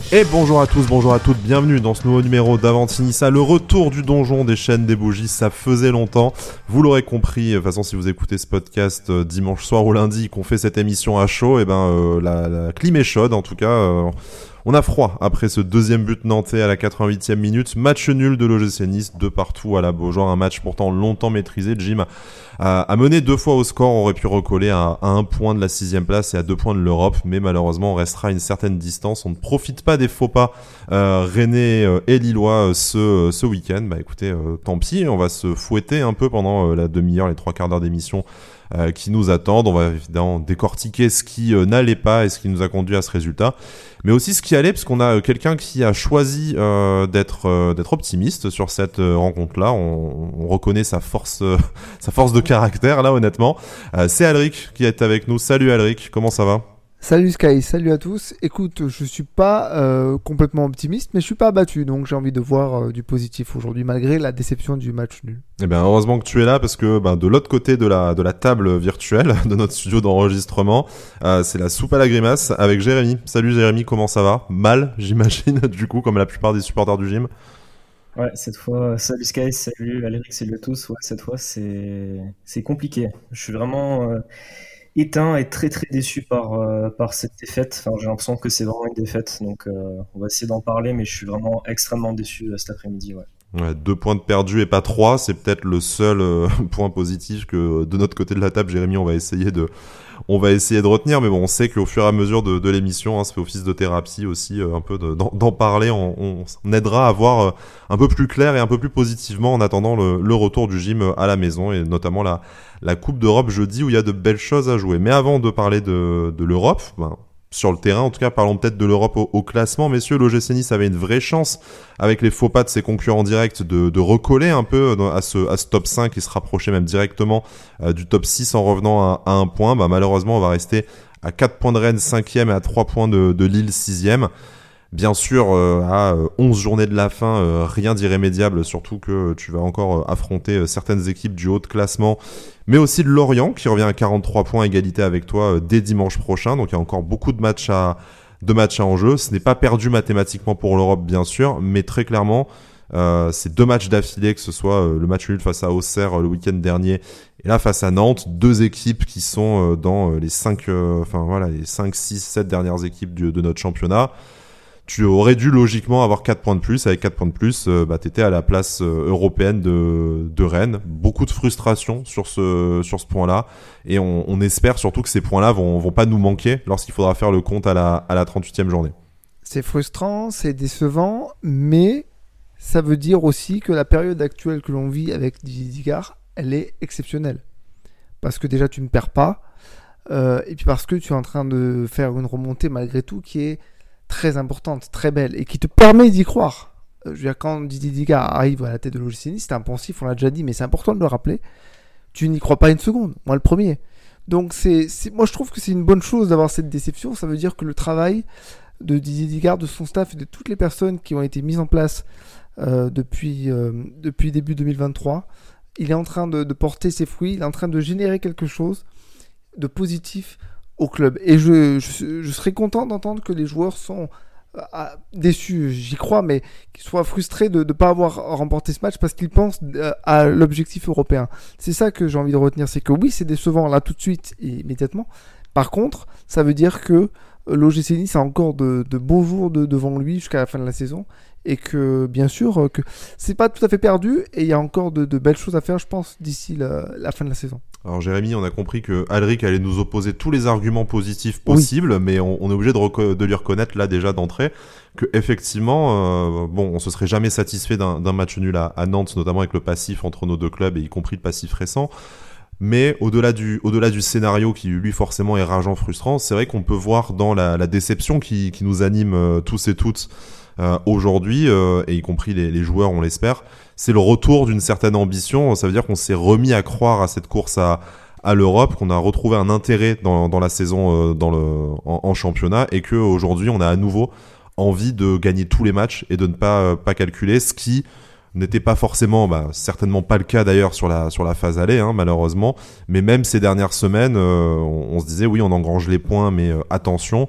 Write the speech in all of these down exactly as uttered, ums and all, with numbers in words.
Et bonjour à tous, bonjour à toutes, bienvenue dans ce nouveau numéro d'Avantinissa, le retour du donjon des chaînes des bougies, ça faisait longtemps, vous l'aurez compris, de toute façon si vous écoutez ce podcast euh, dimanche soir ou lundi, qu'on fait cette émission à chaud, et ben euh, la, la clim est chaude en tout cas, euh, on a froid après ce deuxième but nantais à la quatre-vingt-huitième minute, match nul de l'O G C Nice, de partout à la Beaujoire, un match pourtant longtemps maîtrisé, Jim a, a mené deux fois au score, on aurait pu recoller à, à un point de la sixième place et à deux points de l'Europe, mais malheureusement on restera à une certaine distance, on ne profite pas des faux pas euh, rennais euh, et lillois euh, ce, euh, ce week-end. Bah écoutez, euh, tant pis, on va se fouetter un peu pendant euh, la demi-heure, les trois quarts d'heure d'émission euh, qui nous attendent. On va évidemment décortiquer ce qui euh, n'allait pas et ce qui nous a conduit à ce résultat, mais aussi ce qui allait, parce qu'on a euh, quelqu'un qui a choisi euh, d'être euh, d'être optimiste sur cette euh, rencontre-là. On, on reconnaît sa force euh, sa force de caractère là, honnêtement. Euh, c'est Alric qui est avec nous. Salut Alric, comment ça va ? Salut Sky, salut à tous. Écoute, je suis pas euh, complètement optimiste, mais je suis pas abattu, donc j'ai envie de voir euh, du positif aujourd'hui, malgré la déception du match nul. Eh bien, heureusement que tu es là, parce que ben, de l'autre côté de la de la table virtuelle de notre studio d'enregistrement, euh, c'est la soupe à la grimace avec Jérémy. Salut Jérémy, comment ça va ? Mal, j'imagine, du coup, comme la plupart des supporters du gym. Ouais, cette fois, salut Sky, salut Aléric, salut à tous. Ouais, cette fois, c'est c'est compliqué. Je suis vraiment euh, éteint et très très déçu par euh, par cette défaite. Enfin, j'ai l'impression que c'est vraiment une défaite. Donc, euh, on va essayer d'en parler, mais je suis vraiment extrêmement déçu euh, cet après-midi. Ouais. Ouais, deux points de perdus et pas trois, c'est peut-être le seul euh, point positif que de notre côté de la table, Jérémy, on va essayer de, on va essayer de retenir. Mais bon, on sait qu'au fur et à mesure de, de l'émission, hein, ça fait office de thérapie aussi, euh, un peu de, d'en, d'en parler. On, on, on aidera à voir euh, un peu plus clair et un peu plus positivement en attendant le, le retour du gym à la maison et notamment la, la Coupe d'Europe jeudi où il y a de belles choses à jouer. Mais avant de parler de, de l'Europe, ben, sur le terrain, en tout cas, parlons peut-être de l'Europe au, au classement. Messieurs, l'O G C Nice avait une vraie chance, avec les faux pas de ses concurrents directs, de, de recoller un peu à ce, à ce top cinq et se rapprocher même directement euh, du top six en revenant à, à un point. Bah, malheureusement, on va rester à quatre points de Rennes, cinquième, et à trois points de, de Lille, sixième. Bien sûr, euh, à onze journées de la fin, euh, rien d'irrémédiable, surtout que tu vas encore euh, affronter euh, certaines équipes du haut de classement, mais aussi de Lorient, qui revient à quarante-trois points, égalité avec toi euh, dès dimanche prochain. Donc il y a encore beaucoup de matchs à, de matchs à enjeu. Ce n'est pas perdu mathématiquement pour l'Europe, bien sûr, mais très clairement, euh, c'est deux matchs d'affilée, que ce soit euh, le match nul face à Auxerre euh, le week-end dernier, et là face à Nantes, deux équipes qui sont euh, dans euh, les cinq, euh, enfin voilà, les cinq, six, sept dernières équipes du, de notre championnat. Tu aurais dû logiquement avoir quatre points de plus. Avec quatre points de plus, euh, bah, t'étais à la place euh, européenne de, de Rennes. Beaucoup de frustration sur ce, sur ce point-là. Et on, on espère surtout que ces points-là vont, vont pas nous manquer lorsqu'il faudra faire le compte à la, à la trente-huitième journée. C'est frustrant, c'est décevant, mais ça veut dire aussi que la période actuelle que l'on vit avec Didier Digard, elle est exceptionnelle. Parce que déjà, tu ne perds pas. Euh, et puis parce que tu es en train de faire une remontée malgré tout qui est très importante, très belle, et qui te permet d'y croire. Je veux dire, quand Didier Digard arrive à la tête de l'O G C Nice, c'est impensif, on l'a déjà dit, mais c'est important de le rappeler, tu n'y crois pas une seconde, moi le premier. Donc c'est, c'est, moi je trouve que c'est une bonne chose d'avoir cette déception, ça veut dire que le travail de Didier Digard, de son staff et de toutes les personnes qui ont été mises en place euh, depuis, euh, depuis début deux mille vingt-trois, il est en train de, de porter ses fruits, il est en train de générer quelque chose de positif au club. Et je, je, je serais content d'entendre que les joueurs sont euh, déçus, j'y crois, mais qu'ils soient frustrés de ne pas avoir remporté ce match parce qu'ils pensent euh, à l'objectif européen. C'est ça que j'ai envie de retenir, c'est que oui, c'est décevant là tout de suite et immédiatement. Par contre, ça veut dire que l'O G C Nice a encore de, de beaux jours de, devant lui jusqu'à la fin de la saison et que bien sûr que c'est pas tout à fait perdu et il y a encore de, de belles choses à faire, je pense, d'ici la, la fin de la saison. Alors Jérémy, on a compris que Alric allait nous opposer tous les arguments positifs possibles, oui. mais on, on est obligé de, reco- de lui reconnaître là déjà d'entrée que effectivement, euh, bon, on se serait jamais satisfait d'un, d'un match nul à, à Nantes, notamment avec le passif entre nos deux clubs et y compris le passif récent. Mais au-delà du, au-delà du scénario qui lui forcément est rageant, frustrant, c'est vrai qu'on peut voir dans la, la déception qui, qui nous anime euh, tous et toutes euh, aujourd'hui, euh, et y compris les, les joueurs, on l'espère. C'est le retour d'une certaine ambition. Ça veut dire qu'on s'est remis à croire à cette course à, à l'Europe, qu'on a retrouvé un intérêt dans, dans la saison euh, dans le, en, en championnat, et que aujourd'hui on a à nouveau envie de gagner tous les matchs et de ne pas, euh, pas calculer, ce qui n'était pas forcément, bah, certainement pas le cas d'ailleurs sur la, sur la phase aller, hein, malheureusement. Mais même ces dernières semaines, euh, on, on se disait oui, on engrange les points, mais euh, attention,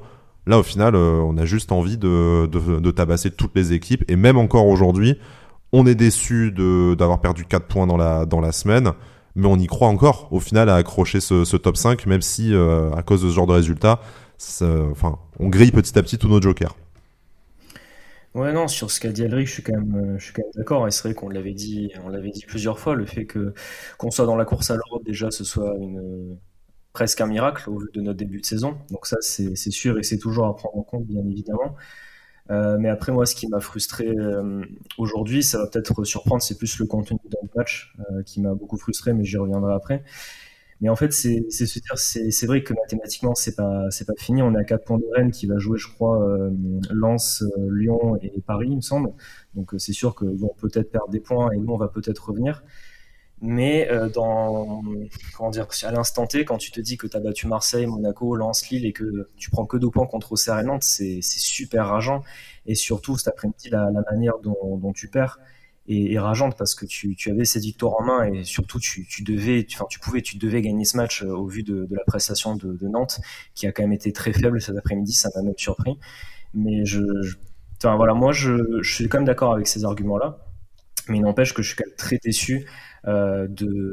Là, au final, euh, on a juste envie de, de, de tabasser toutes les équipes. Et même encore aujourd'hui, on est déçu de, d'avoir perdu quatre points dans la, dans la semaine. Mais on y croit encore, au final, à accrocher ce, ce top cinq, même si, euh, à cause de ce genre de résultats, enfin, on grille petit à petit tous nos jokers. Ouais, non, sur ce qu'a dit Elric, je suis quand même, euh, je suis quand même d'accord. Et c'est vrai qu'on l'avait dit, on l'avait dit plusieurs fois, le fait que qu'on soit dans la course à l'Europe, déjà, ce soit une, presque un miracle au vu de notre début de saison. Donc ça, c'est, c'est sûr et c'est toujours à prendre en compte, bien évidemment. Euh, mais après, moi, ce qui m'a frustré euh, aujourd'hui, ça va peut-être surprendre, c'est plus le contenu dans le match euh, qui m'a beaucoup frustré, mais j'y reviendrai après. Mais en fait, c'est, c'est se dire, c'est, c'est vrai que mathématiquement, c'est pas, c'est pas fini. On est à quatre points de Rennes qui va jouer, je crois, euh, Lens, euh, Lyon et Paris, il me semble. Donc euh, c'est sûr qu'ils vont peut-être perdre des points et nous, on va peut-être revenir. Mais euh, dans, comment dire, à l'instant T, quand tu te dis que tu as battu Marseille, Monaco, Lens, Lille et que tu prends que deux points contre Auxerre et Nantes, c'est, c'est super rageant. Et surtout, cet après-midi, la, la manière dont, dont tu perds est, est rageante parce que tu, tu avais cette victoire en main et surtout, tu, tu devais, tu, enfin, tu pouvais, tu devais gagner ce match euh, au vu de, de la prestation de, de Nantes, qui a quand même été très faible cet après-midi. Ça m'a même surpris. Mais je, je enfin, voilà, moi, je, je suis quand même d'accord avec ces arguments-là. Mais il n'empêche que je suis quand même très déçu euh,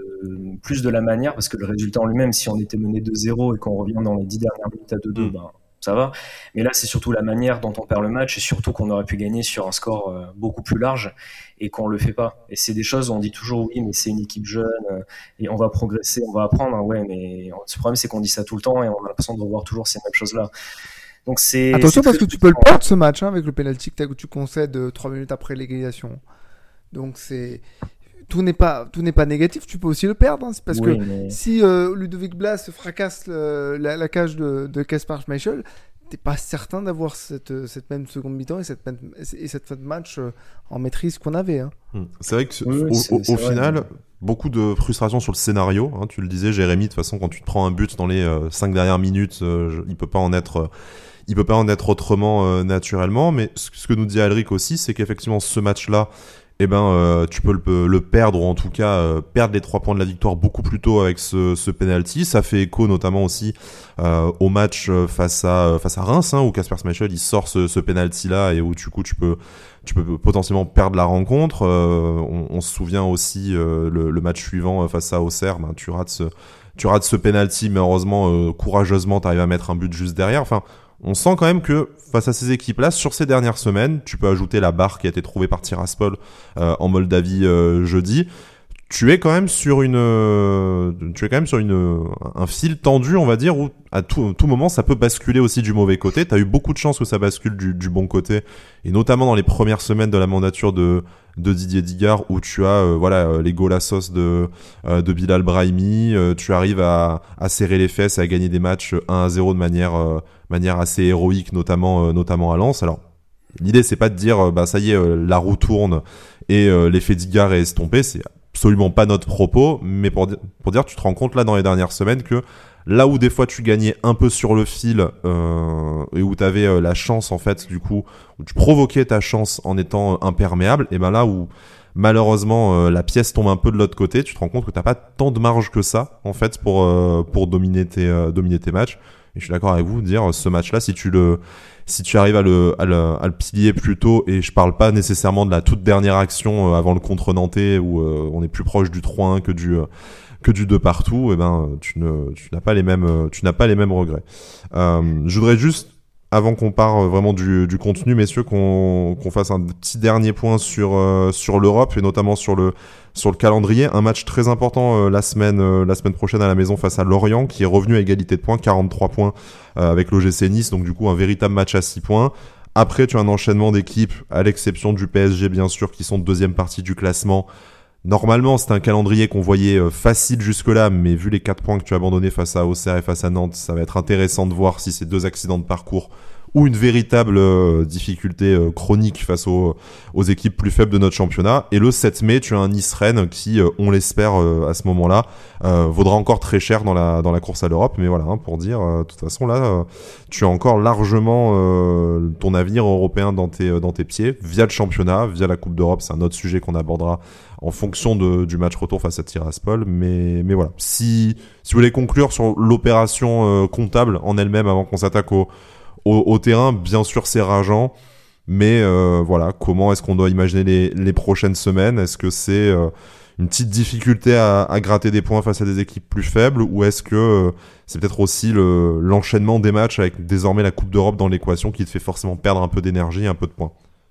de plus de la manière, parce que le résultat en lui-même, si on était mené deux zéro et qu'on revient dans les dix dernières minutes à deux deux, ben, ça va. Mais là, c'est surtout la manière dont on perd le match et surtout qu'on aurait pu gagner sur un score euh, beaucoup plus large et qu'on le fait pas. Et c'est des choses où on dit toujours oui, mais c'est une équipe jeune euh, et on va progresser, on va apprendre. Hein, ouais, mais le problème, c'est qu'on dit ça tout le temps et on a l'impression de revoir toujours ces mêmes choses-là. Donc c'est, Attention c'est parce que tu peux le perdre ce match hein, avec le penalty que tu concèdes euh, trois minutes après l'égalisation. Donc c'est tout n'est pas tout n'est pas négatif. Tu peux aussi le perdre. Hein. C'est parce oui, que mais... si euh, Ludovic Blas fracasse le, la, la cage de, de Kasper Schmeichel, t'es pas certain d'avoir cette cette même seconde mi-temps et cette même, et cette fin de match euh, en maîtrise qu'on avait. Hein. C'est vrai que oui, au, c'est, au, c'est au vrai, final, mais... beaucoup de frustration sur le scénario. Hein. Tu le disais, Jérémy. De toute façon, quand tu te prends un but dans les euh, cinq dernières minutes, euh, je, il peut pas en être. Euh, Il peut pas en être autrement euh, naturellement, mais ce, ce que nous dit Alric aussi, c'est qu'effectivement ce match-là, eh ben, euh, tu peux le, le perdre ou en tout cas euh, perdre les trois points de la victoire beaucoup plus tôt avec ce, ce penalty. Ça fait écho notamment aussi euh, au match face à face à Reims, hein, où Kasper Schmeichel il sort ce, ce penalty-là et où du coup tu peux tu peux potentiellement perdre la rencontre. Euh, on, on se souvient aussi euh, le, le match suivant face à Auxerre, ben, tu rates ce tu rates ce penalty, mais heureusement euh, courageusement t'arrives à mettre un but juste derrière. Enfin. On sent quand même que face à ces équipes-là, sur ces dernières semaines, tu peux ajouter la barre qui a été trouvée par Tiraspol euh, en Moldavie euh, jeudi. Tu es quand même sur une, euh, tu es quand même sur une, un fil tendu, on va dire, où à tout, tout moment ça peut basculer aussi du mauvais côté. T'as eu beaucoup de chance que ça bascule du, du bon côté, et notamment dans les premières semaines de la mandature de, de Didier Digard, où tu as, euh, voilà, euh, les golassos de, euh, de Bilal Brahimi. Euh, tu arrives à, à serrer les fesses et à gagner des matchs un à zéro de manière, euh, manière assez héroïque, notamment, euh, notamment à Lens. Alors, l'idée c'est pas de dire, euh, bah ça y est, euh, la roue tourne et euh, l'effet Digard est estompé. C'est absolument pas notre propos, mais pour dire, pour dire, tu te rends compte là dans les dernières semaines que là où des fois tu gagnais un peu sur le fil euh, et où tu avais euh, la chance en fait du coup, où tu provoquais ta chance en étant euh, imperméable, et ben là où malheureusement euh, la pièce tombe un peu de l'autre côté, tu te rends compte que t'as pas tant de marge que ça en fait pour euh, pour dominer tes euh, dominer tes matchs. Et je suis d'accord avec vous, dire ce match-là, si tu le si tu arrives à le, à le, à le pilier plus tôt, et je parle pas nécessairement de la toute dernière action euh, avant le contre Nantais où euh, on est plus proche du trois un que du euh, que du deux partout, et ben tu ne tu n'as pas les mêmes tu n'as pas les mêmes regrets. Euh, je voudrais juste, avant qu'on part vraiment du, du contenu, messieurs, qu'on qu'on fasse un petit dernier point sur euh, sur l'Europe et notamment sur le sur le calendrier. Un match très important euh, la semaine euh, la semaine prochaine à la maison face à Lorient, qui est revenu à égalité de points, quarante-trois points euh, avec l'O G C Nice, donc du coup un véritable match à six points. Après, tu as un enchaînement d'équipes, à l'exception du P S G bien sûr, qui sont de deuxième partie du classement. Normalement, c'était un calendrier qu'on voyait euh, facile jusque-là, mais vu les quatre points que tu as abandonnés face à Auxerre et face à Nantes, ça va être intéressant de voir si ces deux accidents de parcours ou une véritable euh, difficulté euh, chronique face aux, aux équipes plus faibles de notre championnat. Et le sept mai, tu as un Nice-Rennes qui, euh, on l'espère euh, à ce moment-là, euh, vaudra encore très cher dans la dans la course à l'Europe. Mais voilà, hein, pour dire, euh, de toute façon là, euh, tu as encore largement euh, ton avenir européen dans tes dans tes pieds via le championnat, via la Coupe d'Europe. C'est un autre sujet qu'on abordera en fonction de, du match retour face à Tiraspol. Mais mais voilà, si si vous voulez conclure sur l'opération euh, comptable en elle-même avant qu'on s'attaque au au, au terrain, bien sûr, c'est rageant. Mais euh, voilà, comment est-ce qu'on doit imaginer les, les prochaines semaines ? Est-ce que c'est euh, une petite difficulté à, à gratter des points face à des équipes plus faibles, ou est-ce que euh, c'est peut-être aussi le, l'enchaînement des matchs avec désormais la Coupe d'Europe dans l'équation qui te fait forcément perdre un peu d'énergie et un peu de points ?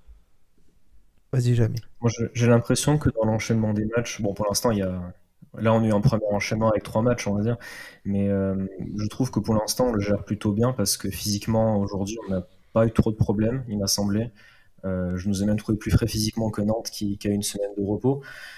Vas-y, Jamie. Moi, je- j'ai l'impression que dans l'enchaînement des matchs, bon, pour l'instant, il y a, là, on a eu un premier enchaînement avec trois matchs, on va dire, mais euh, je trouve que pour l'instant, on le gère plutôt bien parce que physiquement, aujourd'hui, on n'a pas eu trop de problèmes, il m'a semblé. Euh, je nous ai même trouvé plus frais physiquement que Nantes qui, qui a une semaine de repos.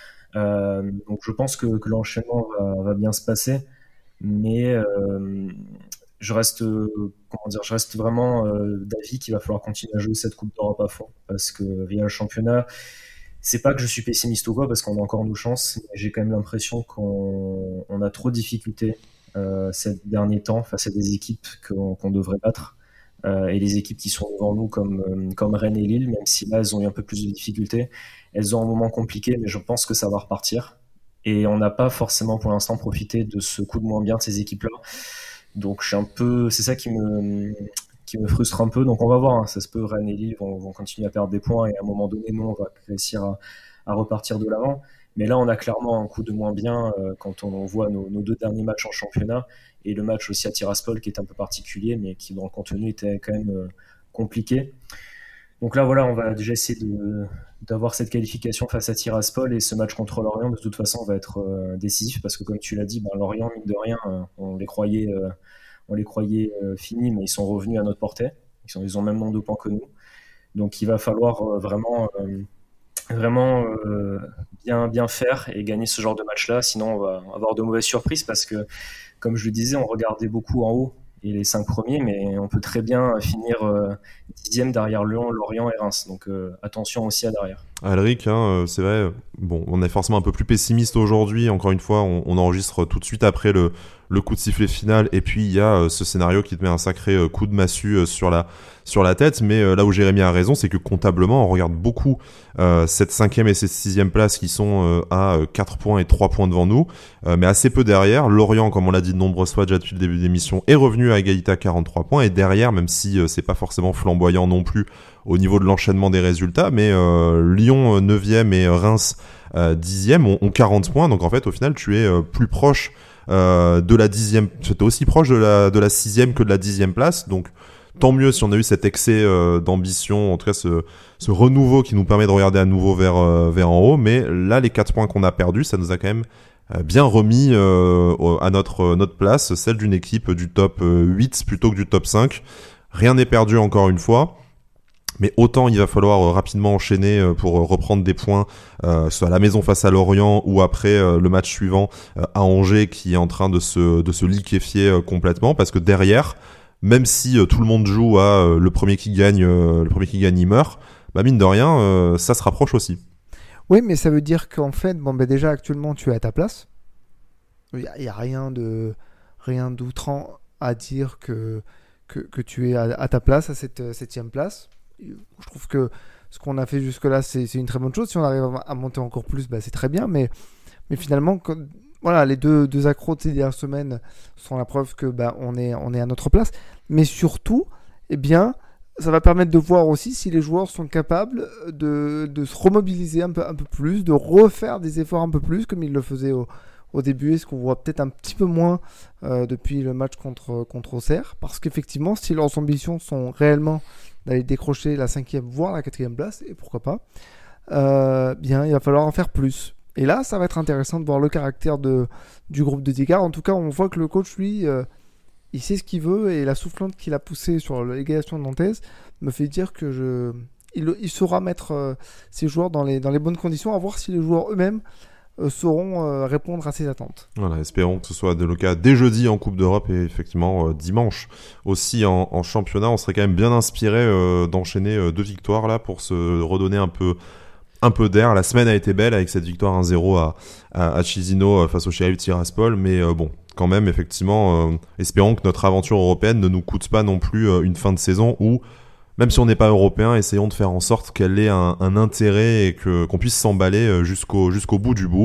Euh, donc, je pense que, que l'enchaînement va, va bien se passer, mais euh, je reste, euh, comment dire, je reste vraiment euh, d'avis qu'il va falloir continuer à jouer cette Coupe d'Europe à fond parce que via le championnat, c'est pas que je suis pessimiste ou quoi, parce qu'on a encore nos chances, mais j'ai quand même l'impression qu'on on a trop de difficultés euh, ces derniers temps face à des équipes qu'on qu'on devrait battre. Euh, et les équipes qui sont devant nous, comme, euh, comme Rennes et Lille, même si là, elles ont eu un peu plus de difficultés, elles ont un moment compliqué, mais je pense que ça va repartir. Et on n'a pas forcément pour l'instant profité de ce coup de moins bien de ces équipes-là. Donc, je suis un peu, c'est ça qui me, qui me frustre un peu. Donc, on va voir. Hein. Ça se peut, Rennes et Lille vont, vont continuer à perdre des points et à un moment donné, nous, on va réussir à, à repartir de l'avant. Mais là, on a clairement un coup de moins bien euh, quand on, on voit nos, nos deux derniers matchs en championnat et le match aussi à Tiraspol qui est un peu particulier, mais qui dans le contenu était quand même euh, compliqué. Donc là, voilà, on va déjà essayer de, d'avoir cette qualification face à Tiraspol et ce match contre Lorient, de toute façon, va être euh, décisif parce que, comme tu l'as dit, ben, Lorient, mine de rien, euh, on les croyait, euh, on les croyait euh, finis, mais ils sont revenus à notre portée. Ils, sont, ils ont le même nombre de points que nous. Donc il va falloir euh, vraiment, euh, vraiment euh, bien, bien faire et gagner ce genre de match-là. Sinon, on va avoir de mauvaises surprises parce que, comme je le disais, on regardait beaucoup en haut et les cinq premiers, mais on peut très bien finir euh, dixième derrière Lyon, Lorient et Reims. Donc euh, attention aussi à derrière. Alric, hein, c'est vrai, bon, on est forcément un peu plus pessimiste aujourd'hui. Encore une fois, on, on enregistre tout de suite après le, le coup de sifflet final. Et puis, il y a euh, ce scénario qui te met un sacré euh, coup de massue euh, sur la, sur la tête. Mais euh, là où Jérémy a raison, c'est que comptablement, on regarde beaucoup euh, cette cinquième et cette sixième place qui sont euh, à euh, quatre points et trois points devant nous. Euh, mais assez peu derrière. Lorient, comme on l'a dit de nombreuses fois déjà depuis le début de l'émission, est revenu à égalité à quarante-trois points. Et derrière, même si euh, c'est pas forcément flamboyant non plus au niveau de l'enchaînement des résultats, mais euh, Lyon neuvième et Reims euh, dixième ont, ont quarante points, donc en fait au final tu es euh, plus proche euh, de la dixième, tu es aussi proche de la, de la sixième que de la dixième place, donc tant mieux si on a eu cet excès euh, d'ambition, en tout cas ce, ce renouveau qui nous permet de regarder à nouveau vers, euh, vers en haut, mais là les quatre points qu'on a perdus, ça nous a quand même euh, bien remis euh, à notre, notre place, celle d'une équipe du top huit plutôt que du top cinq. Rien n'est perdu encore une fois. Mais autant il va falloir euh, rapidement enchaîner euh, pour euh, reprendre des points, euh, soit à la maison face à Lorient ou après euh, le match suivant euh, à Angers qui est en train de se, de se liquéfier euh, complètement, parce que derrière, même si euh, tout le monde joue à euh, le premier qui gagne, euh, le premier qui gagne il meurt, bah mine de rien, euh, ça se rapproche aussi. Oui, mais ça veut dire qu'en fait, bon, bah déjà actuellement tu es à ta place. Il n'y a, y a rien de rien d'outrant à dire que, que, que tu es à, à ta place, à cette septième place. Je trouve que ce qu'on a fait jusque-là, c'est, c'est une très bonne chose. Si on arrive à monter encore plus, bah, c'est très bien. Mais, mais finalement, quand, voilà, les deux, deux accros de ces dernières semaines sont la preuve que bah, on est, on est à notre place. Mais surtout, eh bien, ça va permettre de voir aussi si les joueurs sont capables de, de se remobiliser un peu, un peu plus, de refaire des efforts un peu plus, comme ils le faisaient au, au début, et ce qu'on voit peut-être un petit peu moins euh, depuis le match contre, contre Auxerre. Parce qu'effectivement, si leurs ambitions sont réellement d'aller décrocher la cinquième, voire la quatrième place, et pourquoi pas, euh, bien, il va falloir en faire plus. Et là, ça va être intéressant de voir le caractère de, du groupe de Digard. En tout cas, on voit que le coach, lui, euh, il sait ce qu'il veut, et la soufflante qu'il a poussée sur l'égalisation nantaise me fait dire que je... il, il saura mettre euh, ses joueurs dans les, dans les bonnes conditions, à voir si les joueurs eux-mêmes euh, sauront euh, répondre à ses attentes. Voilà, espérons que ce soit le cas dès jeudi en Coupe d'Europe et effectivement euh, dimanche aussi en, en championnat. On serait quand même bien inspiré euh, d'enchaîner euh, deux victoires là pour se redonner un peu, un peu d'air. La semaine a été belle avec cette victoire un zéro à, à, à Chisinau euh, face au Sheriff Tiraspol, mais euh, bon, quand même, effectivement, euh, espérons que notre aventure européenne ne nous coûte pas non plus euh, une fin de saison où, même si on n'est pas européen, essayons de faire en sorte qu'elle ait un, un intérêt et que, qu'on puisse s'emballer jusqu'au, jusqu'au bout du bout.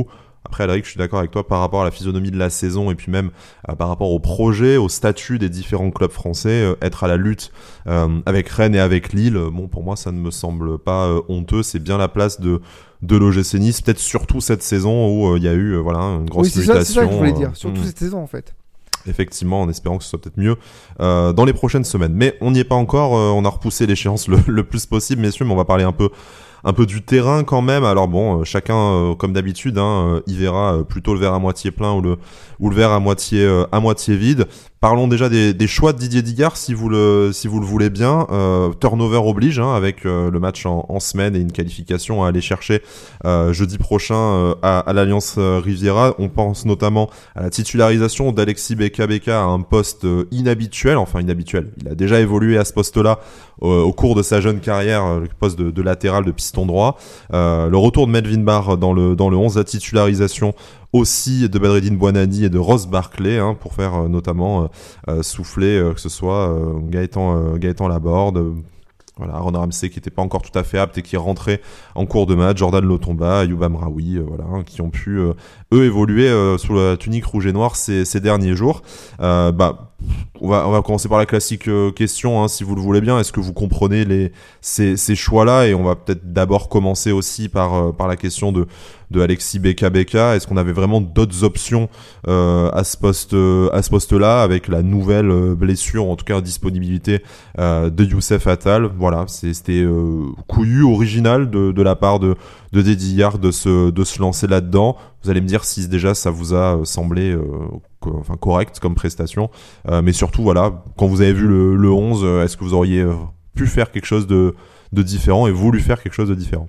Après, Alric, je suis d'accord avec toi par rapport à la physionomie de la saison et puis même euh, par rapport au projet, au statut des différents clubs français, euh, être à la lutte euh, avec Rennes et avec Lille, euh, bon, pour moi, ça ne me semble pas euh, honteux. C'est bien la place de de l'O G C Nice, peut-être surtout cette saison où il euh, y a eu euh, voilà une grosse oui, c'est mutation. Ça, c'est ça que je voulais dire, surtout euh, cette saison en fait. Effectivement, en espérant que ce soit peut-être mieux euh, dans les prochaines semaines. Mais on n'y est pas encore, euh, on a repoussé l'échéance le, le plus possible, messieurs, mais on va parler un peu un peu du terrain quand même. Alors bon, euh, chacun, euh, comme d'habitude, hein, euh, y verra euh, plutôt le verre à moitié plein ou le ou le verre à moitié euh, à moitié vide. Parlons déjà des, des choix de Didier Digard, si vous le si vous le voulez bien. Euh, turnover oblige, hein, avec euh, le match en, en semaine et une qualification à aller chercher euh, jeudi prochain euh, à, à l'Alliance Riviera. On pense notamment à la titularisation d'Alexis Beka Beka à un poste euh, inhabituel, enfin inhabituel. Il a déjà évolué à ce poste-là euh, au cours de sa jeune carrière, euh, le poste de, de latéral de piston droit. Euh, le retour de Melvin Barr dans le dans le onze, la titularisation aussi de Badreddine Bouanani et de Ross Barclay, hein, pour faire euh, notamment euh, euh, souffler euh, que ce soit euh, Gaëtan, euh, Gaëtan Laborde, euh, voilà, Aaron Ramsey qui n'était pas encore tout à fait apte et qui est rentré en cours de match, Jordan Lotomba, Ayoub Amraoui, euh, voilà, hein, qui ont pu euh, eux évoluer euh, sous la tunique rouge et noire ces, ces derniers jours. Euh, bah, on va, on va commencer par la classique euh, question, hein, si vous le voulez bien. Est-ce que vous comprenez les, ces, ces choix-là? Et on va peut-être d'abord commencer aussi par, euh, par la question de, de Alexis Beka Beka. Est-ce qu'on avait vraiment d'autres options euh, à ce poste, euh, à ce poste-là, avec la nouvelle euh, blessure, ou en tout cas disponibilité euh, de Youssef Attal? Voilà, c'est, c'était euh, couillu, original de, de la part de, de Didier Digard de se, de se lancer là-dedans. Vous allez me dire si déjà ça vous a semblé euh, co- enfin, correct comme prestation. Euh, mais surtout, voilà, quand vous avez vu le, le onze, euh, est-ce que vous auriez euh, pu faire quelque chose de, de différent et voulu faire quelque chose de différent?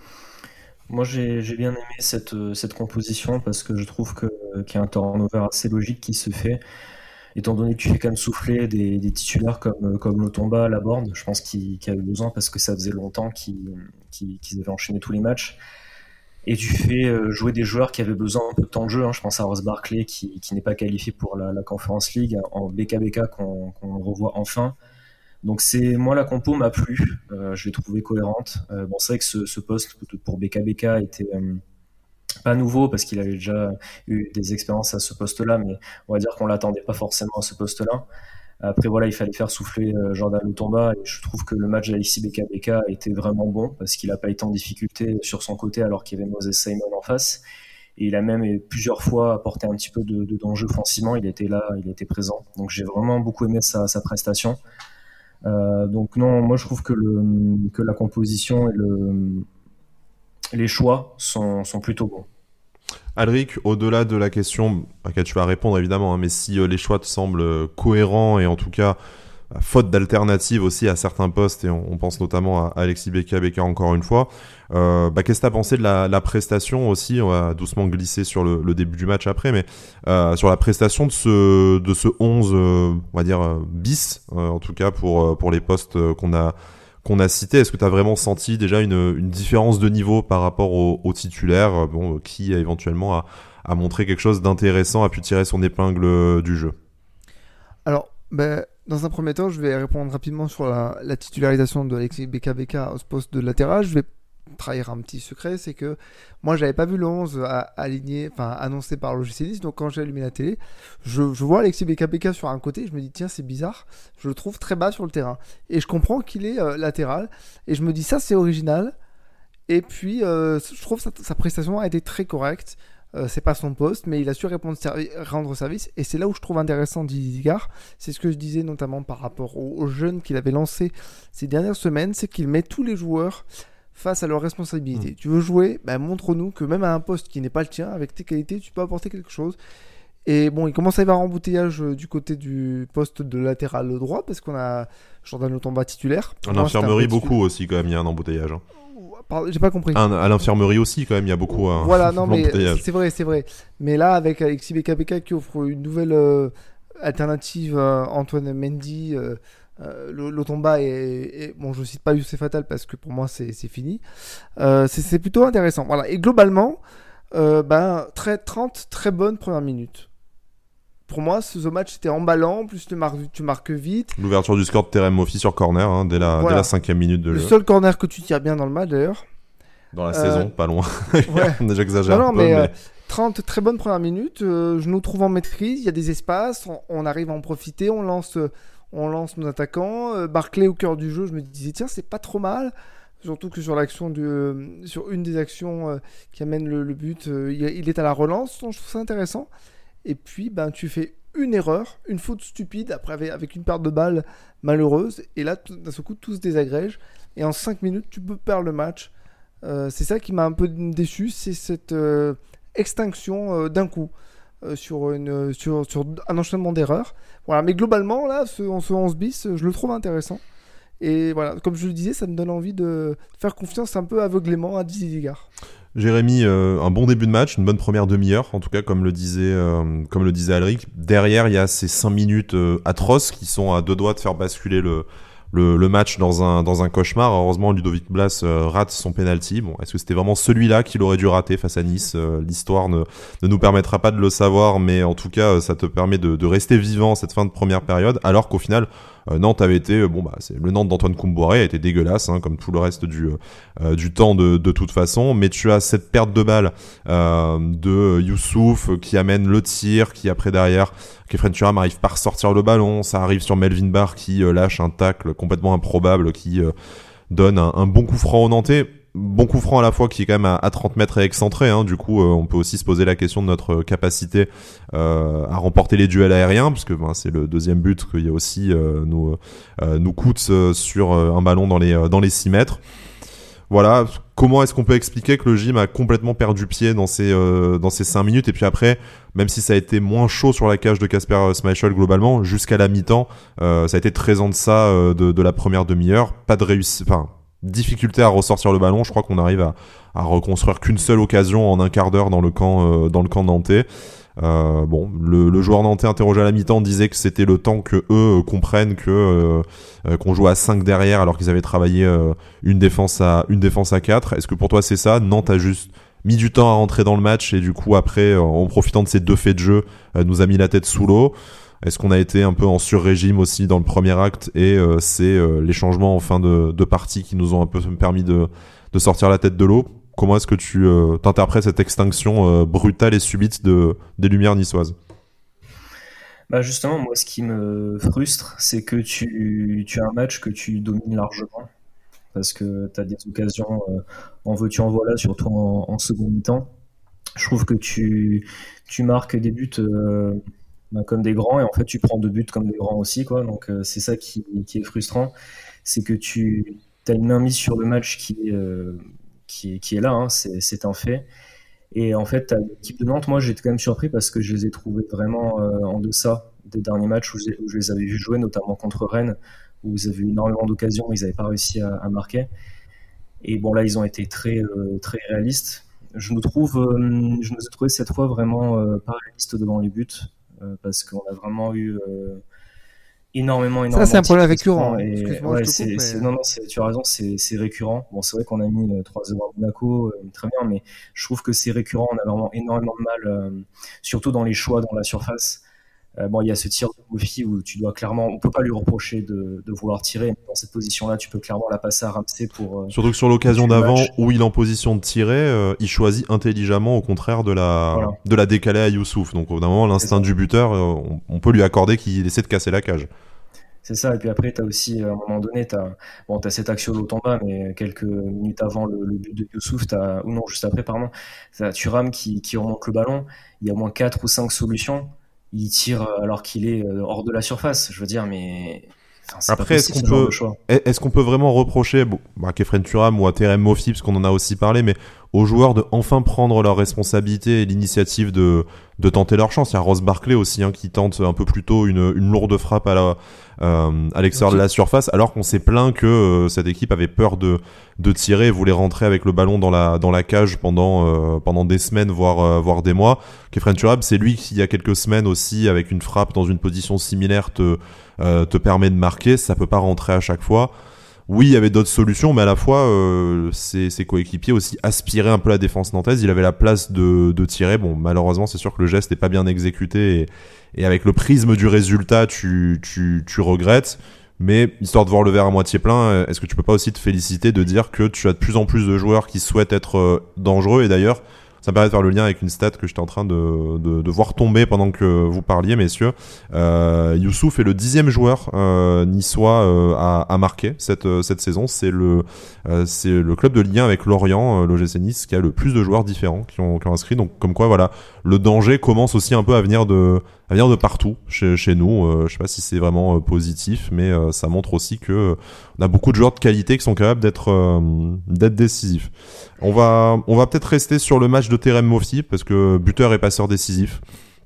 Moi, j'ai j'ai bien aimé cette, euh, cette composition parce que je trouve que, qu'il y a un turnover assez logique qui se fait, étant donné que tu fais quand même souffler des, des titulaires comme, euh, comme Lotomba, Laborde. Je pense qu'il qu'il y a eu besoin parce que ça faisait longtemps qu'ils qu'ils- qu'ils avaient enchaîné tous les matchs. Et tu fais euh, jouer des joueurs qui avaient besoin un peu de temps de jeu, hein. Je pense à Ross Barclay qui, qui n'est pas qualifié pour la, la Conference League, en B K B K qu'on qu'on revoit enfin. Donc c'est moi la compo m'a plu, euh, je l'ai trouvée cohérente. Euh, bon c'est vrai que ce, ce poste pour B K B K était euh, pas nouveau parce qu'il avait déjà eu des expériences à ce poste-là, mais on va dire qu'on l'attendait pas forcément à ce poste-là. Après voilà, il fallait faire souffler euh, Jordan Lotomba et je trouve que le match d'Alexis Beka Beka était vraiment bon parce qu'il a pas été en difficulté sur son côté alors qu'il y avait Moses Simon en face. Et il a même euh, plusieurs fois apporté un petit peu de, de danger offensivement. Il était là, il était présent. Donc j'ai vraiment beaucoup aimé sa, sa prestation. Euh, donc non, moi je trouve que, le, que la composition et le, les choix sont, sont plutôt bons. Alric, au-delà de la question à laquelle tu vas répondre évidemment, hein, mais si euh, les choix te semblent euh, cohérents et en tout cas euh, faute d'alternatives aussi à certains postes, et on, on pense notamment à Alexis Beka Beka encore une fois, euh, bah, qu'est-ce que tu as pensé de la, la prestation aussi? On va doucement glisser sur le, le début du match après, mais euh, sur la prestation de ce, de ce onze, euh, on va dire euh, bis, euh, en tout cas pour, euh, pour les postes euh, qu'on a qu'on a cité. Est-ce que tu as vraiment senti déjà une, une différence de niveau par rapport au, au titulaire, bon, qui éventuellement a, a montré quelque chose d'intéressant, a pu tirer son épingle du jeu? Alors, ben, dans un premier temps, je vais répondre rapidement sur la, la titularisation de Alexis Beka Beka au poste de latéral. Je vais trahir un petit secret, c'est que moi j'avais pas vu le onze à, aligné, enfin annoncé par l'O G C Nice, donc quand j'ai allumé la télé, je, je vois Alexis Beka Beka sur un côté, je me dis tiens c'est bizarre, je le trouve très bas sur le terrain, et je comprends qu'il est euh, latéral, et je me dis ça c'est original, et puis euh, je trouve sa, sa prestation a été très correcte. Euh, c'est pas son poste, mais il a su répondre servi- rendre service, et c'est là où je trouve intéressant Didier Digard. C'est ce que je disais notamment par rapport aux, aux jeunes qu'il avait lancés ces dernières semaines, c'est qu'il met tous les joueurs face à leurs responsabilités. Mmh. Tu veux jouer, ben montre-nous que même à un poste qui n'est pas le tien, avec tes qualités, tu peux apporter quelque chose. Et bon, il commence à y avoir un embouteillage du côté du poste de latéral droit, parce qu'on a Jordan Lotomba titulaire. À l'infirmerie, beaucoup aussi, quand même, il y a un embouteillage. Hein. Pardon, j'ai pas compris. Un, à l'infirmerie aussi, quand même, il y a beaucoup. Hein, voilà, non, mais c'est vrai, c'est vrai. Mais là, avec Alexis Beka Beka qui offre une nouvelle euh, alternative, euh, Antoine Mendy, euh, euh, Lotomba et, et bon, je cite pas Youssef Attal parce que pour moi c'est, c'est fini. Euh, c'est, c'est plutôt intéressant. Voilà. Et globalement, euh, ben très trente très bonnes premières minutes. Pour moi, ce, ce match était emballant, plus tu marques, tu marques vite. L'ouverture du score de Terem Moffi sur corner, hein, dès, la, voilà. dès la cinquième minute de le jeu. Le seul corner que tu tires bien dans le match d'ailleurs. Dans la euh, saison, pas loin. Ouais. On a déjà exagéré non, non, un peu. Mais, mais... Euh, trente très bonnes premières minutes. Euh, je nous trouve en maîtrise. Il y a des espaces. On, on arrive à en profiter. On lance, on lance nos attaquants. Euh, Barclay au cœur du jeu. Je me disais, tiens, c'est pas trop mal. Surtout que sur l'action de, euh, sur une des actions euh, qui amène le, le but, euh, il, il est à la relance. Donc je trouve ça intéressant. Et puis, ben, tu fais une erreur, une faute stupide, après avec, avec une perte de balle malheureuse. Et là, tout, d'un seul coup, tout se désagrège. Et en cinq minutes, tu peux perdre le match. Euh, c'est ça qui m'a un peu déçu, c'est cette euh, extinction euh, d'un coup euh, sur, une, sur, sur un enchaînement d'erreurs. Voilà, mais globalement, là, ce, ce onze bis, je le trouve intéressant. Et voilà, comme je le disais, ça me donne envie de faire confiance un peu aveuglément à Didier Digard. Jérémy, euh, un bon début de match, une bonne première demi-heure, en tout cas comme le disait, euh, comme le disait Alric. Derrière, il y a ces cinq minutes euh, atroces qui sont à deux doigts de faire basculer le, le, le match dans un, dans un cauchemar. Heureusement, Ludovic Blas euh, rate son penalty. Bon, est-ce que c'était vraiment celui-là qu'il aurait dû rater face à Nice? euh, L'histoire ne, ne nous permettra pas de le savoir, mais en tout cas, ça te permet de, de rester vivant cette fin de première période, alors qu'au final, Euh, Nantes avait été, euh, bon bah c'est le Nantes d'Antoine Koumboiré a été dégueulasse, hein, comme tout le reste du euh, du temps de de toute façon. Mais tu as cette perte de balle euh, de Youssouf qui amène le tir, qui après derrière, Kefren Turam arrive pas à ressortir le ballon, ça arrive sur Melvin Barr qui euh, lâche un tacle complètement improbable, qui euh, donne un, un bon coup franc au Nantais. Bon coup franc à la fois qui est quand même à, à trente mètres et excentré, hein. Du coup, euh, on peut aussi se poser la question de notre capacité euh, à remporter les duels aériens, parce que ben, c'est le deuxième but qu'il y a aussi euh, nous euh, nous coûte euh, sur euh, un ballon dans les euh, dans les six mètres. Voilà, comment est-ce qu'on peut expliquer que le gym a complètement perdu pied dans ces euh, dans ces cinq minutes, et puis après, même si ça a été moins chaud sur la cage de Kasper Schmeichel globalement, jusqu'à la mi-temps, euh, ça a été très en deçà euh, de, de la première demi-heure, pas de réussite, enfin difficulté à ressortir le ballon. Je crois qu'on arrive à, à reconstruire qu'une seule occasion en un quart d'heure dans le camp euh, dans le camp nantais. Euh, bon, le, le joueur nantais interrogé à la mi-temps disait que c'était le temps que eux euh, comprennent que euh, qu'on jouait à cinq derrière alors qu'ils avaient travaillé euh, une défense à une défense à quatre. Est-ce que pour toi c'est ça? Nantes a juste mis du temps à rentrer dans le match et du coup après euh, en profitant de ces deux faits de jeu euh, nous a mis la tête sous l'eau. Est-ce qu'on a été un peu en sur-régime aussi dans le premier acte et euh, c'est euh, les changements en fin de, de partie qui nous ont un peu permis de, de sortir la tête de l'eau? Comment est-ce que tu euh, t'interprètes cette extinction euh, brutale et subite de, des Lumières niçoises? Bah justement, moi, ce qui me frustre, c'est que tu, tu as un match que tu domines largement, parce que tu as des occasions euh, en veux-tu en voilà, surtout en, en second mi-temps. Je trouve que tu, tu marques des buts euh, bah, comme des grands, et en fait tu prends deux buts comme des grands aussi, quoi. Donc euh, c'est ça qui, qui est frustrant, c'est que tu as une main mise sur le match qui est, euh, qui est, qui est là, hein, c'est, c'est un fait. Et en fait, l'équipe de Nantes, moi j'étais quand même surpris parce que je les ai trouvés vraiment euh, en deçà des derniers matchs où je, où je les avais vus jouer, notamment contre Rennes, où ils avaient eu énormément d'occasions, mais ils n'avaient pas réussi à, à marquer. Et bon, là, ils ont été très, euh, très réalistes. Je nous trouve, euh, je nous ai trouvé cette fois vraiment euh, pas réalistes devant les buts, euh, parce qu'on a vraiment eu euh, énormément, énormément. Ça, c'est un problème récurrent. Et, Excuse-moi, ouais, je te c'est, coupe, mais... c'est, non, non, c'est, tu as raison, c'est, c'est récurrent. Bon, c'est vrai qu'on a mis euh, trois zéro à Monaco, euh, très bien, mais je trouve que c'est récurrent. On a vraiment énormément de mal, euh, surtout dans les choix dans la surface. Euh, bon, il y a ce tir de Kofi où tu dois clairement, on peut pas lui reprocher de, de vouloir tirer. Dans cette position-là, tu peux clairement la passer à Ramsey pour. Euh, Surtout que sur l'occasion d'avant où il est en position de tirer, euh, il choisit intelligemment au contraire de la voilà. de la décaler à Youssouf. Donc au bout d'un moment, l'instinct du buteur, euh, on, on peut lui accorder qu'il essaie de casser la cage. C'est ça, et puis après, tu as aussi, à un moment donné, tu as bon, cette action d'Otamba, mais quelques minutes avant le, le but de Youssouf, t'as, ou non, juste après, pardon, tu as Thuram qui, qui remonte le ballon, il y a au moins quatre ou cinq solutions, il tire alors qu'il est hors de la surface, je veux dire, mais... Enfin, c'est après, est-ce qu'on, peut, est-ce qu'on peut vraiment reprocher bon, à Kefren Turam ou à Terem Moffi, parce qu'on en a aussi parlé, mais aux joueurs de enfin prendre leurs responsabilités et l'initiative de, de tenter leur chance? Il y a Ross Barclay aussi hein, qui tente un peu plus tôt une, une lourde frappe à, la, euh, à l'extérieur de la surface, alors qu'on s'est plaint que euh, cette équipe avait peur de, de tirer et voulait rentrer avec le ballon dans la, dans la cage pendant, euh, pendant des semaines, voire, euh, voire des mois. Kefren Turam, c'est lui qui, il y a quelques semaines aussi, avec une frappe dans une position similaire, te, euh, te permet de marquer. Ça peut pas rentrer à chaque fois. Oui, il y avait d'autres solutions, mais à la fois, euh, ses, ses coéquipiers aussi aspiraient un peu la défense nantaise. Il avait la place de, de tirer. Bon, malheureusement, c'est sûr que le geste n'est pas bien exécuté et, et avec le prisme du résultat, tu, tu, tu regrettes. Mais histoire de voir le verre à moitié plein, est-ce que tu peux pas aussi te féliciter de dire que tu as de plus en plus de joueurs qui souhaitent être dangereux? Et d'ailleurs, ça me permet de faire le lien avec une stat que j'étais en train de, de, de voir tomber pendant que vous parliez, messieurs. Euh, Youssouf est le dixième joueur euh, niçois euh, à, à marquer cette, cette saison. C'est le, euh, c'est le club de Ligue un avec Lorient, euh, l'O G C Nice, qui a le plus de joueurs différents qui ont, qui ont inscrit. Donc comme quoi, voilà, le danger commence aussi un peu à venir de, à venir de partout chez, chez nous. Euh, je sais pas si c'est vraiment euh, positif, mais euh, ça montre aussi que euh, on a beaucoup de joueurs de qualité qui sont capables d'être, euh, d'être décisifs. On va, on va peut-être rester sur le match de Terem Moffi parce que buteur et passeur décisif.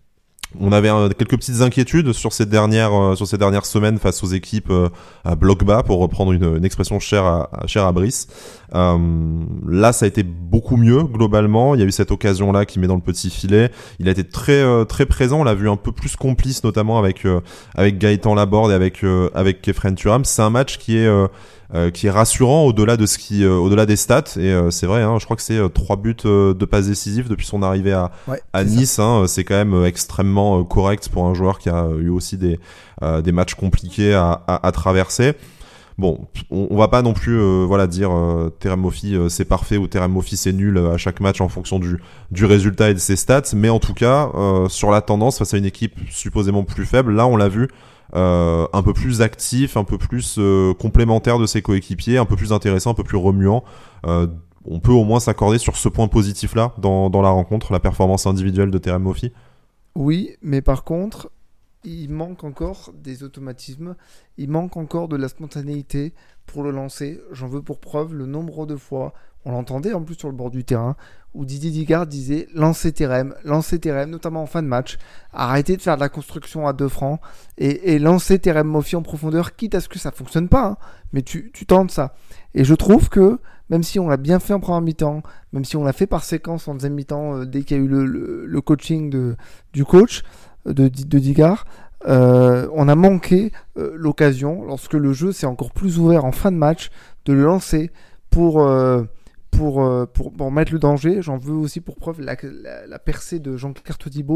On avait euh, quelques petites inquiétudes sur ces dernières, euh, sur ces dernières semaines face aux équipes euh, à bloc bas, pour reprendre une, une expression chère à, à, chère à Brice. Euh, là, ça a été beaucoup mieux globalement. Il y a eu cette occasion-là qui met dans le petit filet. Il a été très, euh, très présent. On l'a vu un peu plus complice, notamment avec euh, avec Gaëtan Laborde et avec euh, avec Kefren Turam. C'est un match qui est euh, Euh, qui est rassurant au-delà de ce qui, euh, au-delà des stats. Et euh, c'est vrai, hein, je crois que c'est euh, trois buts euh, de passes décisives depuis son arrivée à, ouais, à Nice. Hein, c'est quand même euh, extrêmement euh, correct pour un joueur qui a euh, eu aussi des, euh, des matchs compliqués à, à, à traverser. Bon, on, on va pas non plus, euh, voilà, dire euh, Terem Moffi euh, c'est parfait ou Terem Moffi c'est nul euh, à chaque match en fonction du du résultat et de ses stats. Mais en tout cas, euh, sur la tendance face à une équipe supposément plus faible, là on l'a vu. Euh, un peu plus actif, un peu plus euh, complémentaire de ses coéquipiers, un peu plus intéressant, un peu plus remuant. Euh, on peut au moins s'accorder sur ce point positif-là dans, dans la rencontre, la performance individuelle de Terem Moffi. Oui, mais par contre, il manque encore des automatismes, il manque encore de la spontanéité pour le lancer. J'en veux pour preuve le nombre de fois, on l'entendait en plus sur le bord du terrain, où Didier Digard disait « lancez Terem, lancez Terem », notamment en fin de match, arrêtez de faire de la construction à deux francs, et, et lancez Terem Moffi en profondeur, quitte à ce que ça fonctionne pas, hein, mais tu, tu tentes ça. Et je trouve que, même si on l'a bien fait en première mi-temps, même si on l'a fait par séquence en deuxième mi-temps, euh, dès qu'il y a eu le, le, le coaching de, du coach, de, de Digard, euh, on a manqué euh, l'occasion, lorsque le jeu s'est encore plus ouvert en fin de match, de le lancer pour... Euh, Pour, euh, pour, pour mettre le danger. J'en veux aussi pour preuve la, la, la percée de Jean-Claire Todibo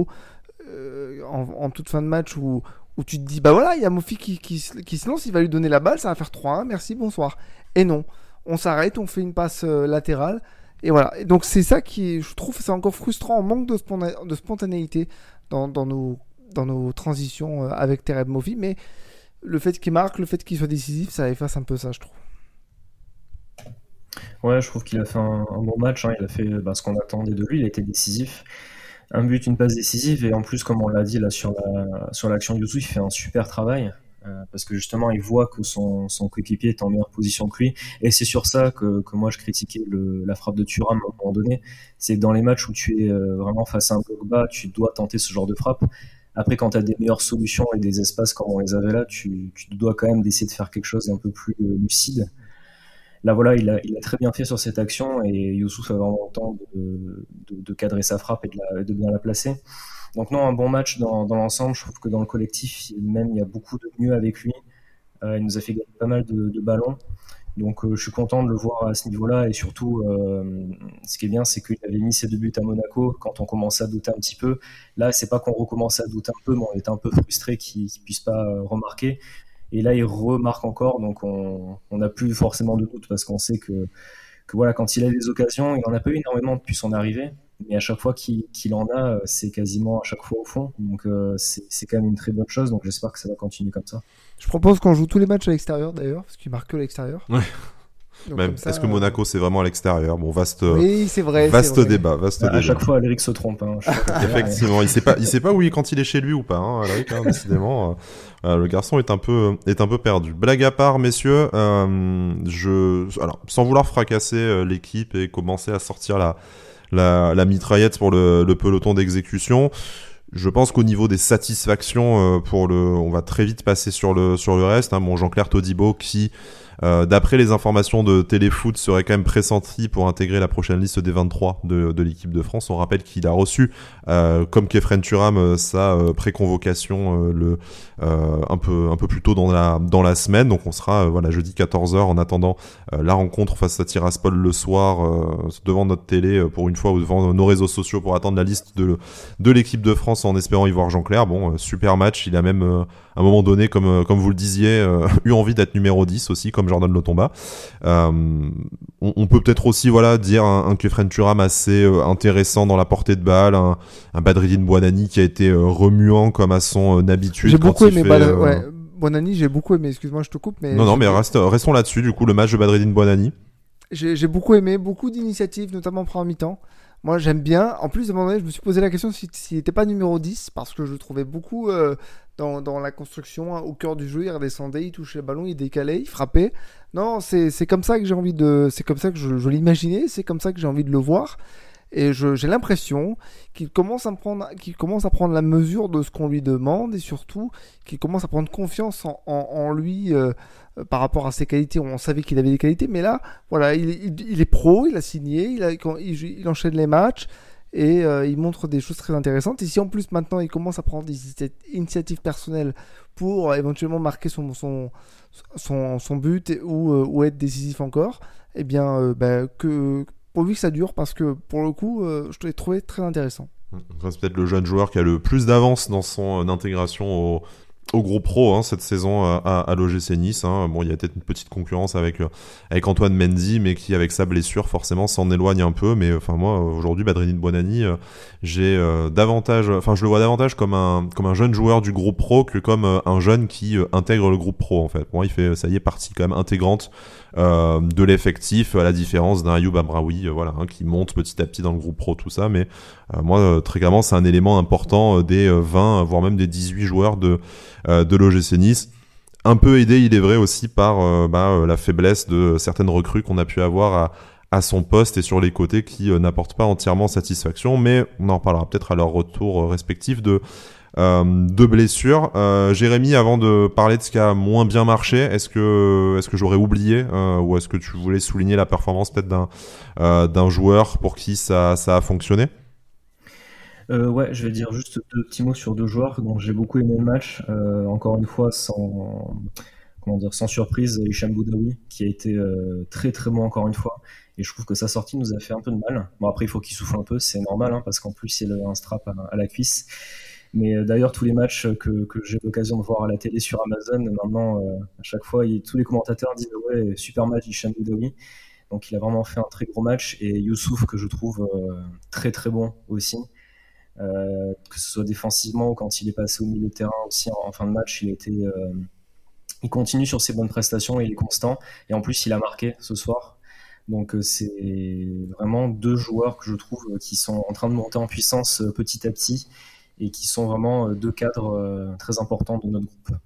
euh, en, en toute fin de match où, où tu te dis bah voilà, il y a Moffi qui, qui, qui se lance, il va lui donner la balle, ça va faire trois un, merci, bonsoir. Et non, on s'arrête, on fait une passe euh, latérale et voilà. Et donc c'est ça qui est, je trouve c'est encore frustrant, on manque de, spona- de spontanéité dans, dans, nos, dans nos transitions euh, avec Terem Moffi, mais le fait qu'il marque, le fait qu'il soit décisif, ça efface un peu ça, je trouve. Ouais, je trouve qu'il a fait un, un bon match, hein. Il a fait bah, ce qu'on attendait de lui, il a été décisif. Un but, une passe décisive, et en plus, comme on l'a dit là sur, la, sur l'action de Youssouf, il fait un super travail, euh, parce que justement, il voit que son, son coéquipier est en meilleure position que lui, et c'est sur ça que, que moi je critiquais le, la frappe de Thuram à un moment donné. C'est que dans les matchs où tu es euh, vraiment face à un bloc bas, tu dois tenter ce genre de frappe. Après, quand tu as des meilleures solutions et des espaces comme on les avait là, tu, tu dois quand même d'essayer de faire quelque chose d'un peu plus euh, lucide. Là, voilà, il a, il a très bien fait sur cette action et Youssouf a vraiment le temps de, de, de cadrer sa frappe et de, la, de bien la placer. Donc non, un bon match dans, dans l'ensemble. Je trouve que dans le collectif, même, il y a beaucoup de mieux avec lui. Euh, il nous a fait gagner pas mal de, de ballons. Donc euh, je suis content de le voir à ce niveau-là. Et surtout, euh, ce qui est bien, c'est qu'il avait mis ses deux buts à Monaco quand on commençait à douter un petit peu. Là, c'est pas qu'on recommençait à douter un peu, mais on était un peu frustré qu'il ne puisse pas remarquer. Et là, il remarque encore, donc on n'a plus forcément de doute parce qu'on sait que, que voilà, quand il a des occasions, il n'en a pas eu énormément depuis son arrivée, mais à chaque fois qu'il, qu'il en a, c'est quasiment à chaque fois au fond. Donc euh, c'est, c'est quand même une très bonne chose, donc j'espère que ça va continuer comme ça. Je propose qu'on joue tous les matchs à l'extérieur d'ailleurs, parce qu'il marque que l'extérieur. Ouais. Donc, Même, ça, est-ce que Monaco c'est vraiment à l'extérieur? Bon, vaste, oui, c'est vrai, vaste c'est vrai. débat, vaste à, débat. À chaque fois, Alric se trompe. Hein, Effectivement, il sait pas, il sait pas où il quand il est chez lui ou pas. Hein, Alric, hein, décidément, euh, le garçon est un peu, est un peu perdu. Blague à part, messieurs, euh, je, alors, sans vouloir fracasser euh, l'équipe et commencer à sortir la, la, la mitraillette pour le, le peloton d'exécution. Je pense qu'au niveau des satisfactions, euh, pour le, on va très vite passer sur le, sur le reste. Hein, bon, Jean-Claire Todibo qui, Euh, d'après les informations de Téléfoot, serait quand même pressenti pour intégrer la prochaine liste des vingt-trois de, de l'équipe de France. On rappelle qu'il a reçu, euh, comme Kefren Turam, euh, sa euh, préconvocation euh, le euh, un peu un peu plus tôt dans la dans la semaine. Donc on sera euh, voilà jeudi quatorze heures en attendant euh, la rencontre face à Tiraspol le soir euh, devant notre télé euh, pour une fois ou devant nos réseaux sociaux pour attendre la liste de de l'équipe de France en espérant y voir Jean-Claire. Bon, euh, super match. Il a même euh, à un moment donné, comme comme vous le disiez, euh, eu envie d'être numéro dix aussi, comme Jordan Lotomba. Euh, on, on peut peut-être aussi voilà dire un, un Khéphren Thuram assez euh, intéressant dans la portée de balle, un, un Badreddine Bouanani qui a été euh, remuant comme à son euh, habitude. J'ai beaucoup aimé fait, Badr- euh... ouais. Bouanani, j'ai beaucoup aimé. Excuse-moi, je te coupe, mais non non j'ai... mais reste, restons là-dessus. Du coup, le match de Badreddine Bouanani. J'ai, j'ai beaucoup aimé, beaucoup d'initiatives, notamment en première mi-temps. Moi, j'aime bien. En plus, à un moment donné, je me suis posé la question s'il si, n'était pas numéro dix, parce que je le trouvais beaucoup euh, dans, dans la construction, hein, au cœur du jeu. Il redescendait, il touchait le ballon, il décalait, il frappait. Non, c'est, c'est comme ça que j'ai envie de... C'est comme ça que je, je l'imaginais, c'est comme ça que j'ai envie de le voir. Et je, j'ai l'impression qu'il commence à prendre, qu'il commence à prendre la mesure de ce qu'on lui demande, et surtout qu'il commence à prendre confiance en, en, en lui euh, par rapport à ses qualités. On savait qu'il avait des qualités, mais là, voilà, il, il, il est pro, il a signé, il, a, il, il enchaîne les matchs et euh, il montre des choses très intéressantes. Et si en plus maintenant il commence à prendre des initiatives personnelles pour euh, éventuellement marquer son, son, son, son but et, ou, euh, ou être décisif encore, eh bien, euh, bah, que pourvu que ça dure, parce que pour le coup, euh, je l'ai trouvé très intéressant. C'est peut-être le jeune joueur qui a le plus d'avance dans son euh, intégration au, au groupe pro hein, cette saison à, à, à l'O G C Nice. Hein. Bon, il y a peut-être une petite concurrence avec, euh, avec Antoine Mendy, mais qui, avec sa blessure, forcément s'en éloigne un peu. Mais enfin, moi, aujourd'hui, Badreddine Bouanani, euh, j'ai euh, davantage, enfin, je le vois davantage comme un, comme un jeune joueur du groupe pro que comme euh, un jeune qui euh, intègre le groupe pro, en fait. Pour moi, il fait, ça y est, partie quand même intégrante Euh, de l'effectif, à la différence d'un Ayoub Amraoui, euh, voilà, hein, qui monte petit à petit dans le groupe pro, tout ça. Mais euh, moi, euh, très clairement, c'est un élément important euh, des euh, vingt, voire même des dix-huit joueurs de euh, de l'O G C Nice. Un peu aidé, il est vrai, aussi par euh, bah, euh, la faiblesse de certaines recrues qu'on a pu avoir à à son poste et sur les côtés qui euh, n'apportent pas entièrement satisfaction. Mais on en reparlera peut-être à leur retour euh, respectif de Euh, deux blessures. Euh, Jérémy, avant de parler de ce qui a moins bien marché, est-ce que est-ce que j'aurais oublié euh, ou est-ce que tu voulais souligner la performance peut-être d'un euh, d'un joueur pour qui ça ça a fonctionné? Euh, ouais, je vais dire juste deux petits mots sur deux joueurs dont j'ai beaucoup aimé le match. Euh, encore une fois, sans comment dire, sans surprise, Hicham Boudaoui qui a été euh, très très bon encore une fois. Et je trouve que sa sortie nous a fait un peu de mal. Bon, après il faut qu'il souffle un peu, c'est normal hein, parce qu'en plus il a un strap à, à la cuisse. Mais euh, d'ailleurs, tous les matchs que, que j'ai l'occasion de voir à la télé sur Amazon, maintenant, euh, à chaque fois, il, tous les commentateurs disent ouais, super match Hicham Boudaoui. Donc, il a vraiment fait un très gros match. Et Youssouf, que je trouve euh, très très bon aussi, euh, que ce soit défensivement ou quand il est passé au milieu de terrain aussi en, en fin de match, il était, euh, il continue sur ses bonnes prestations et il est constant. Et en plus, il a marqué ce soir. Donc, euh, c'est vraiment deux joueurs que je trouve qui sont en train de monter en puissance euh, petit à petit, et qui sont vraiment deux cadres euh, très importants de notre groupe.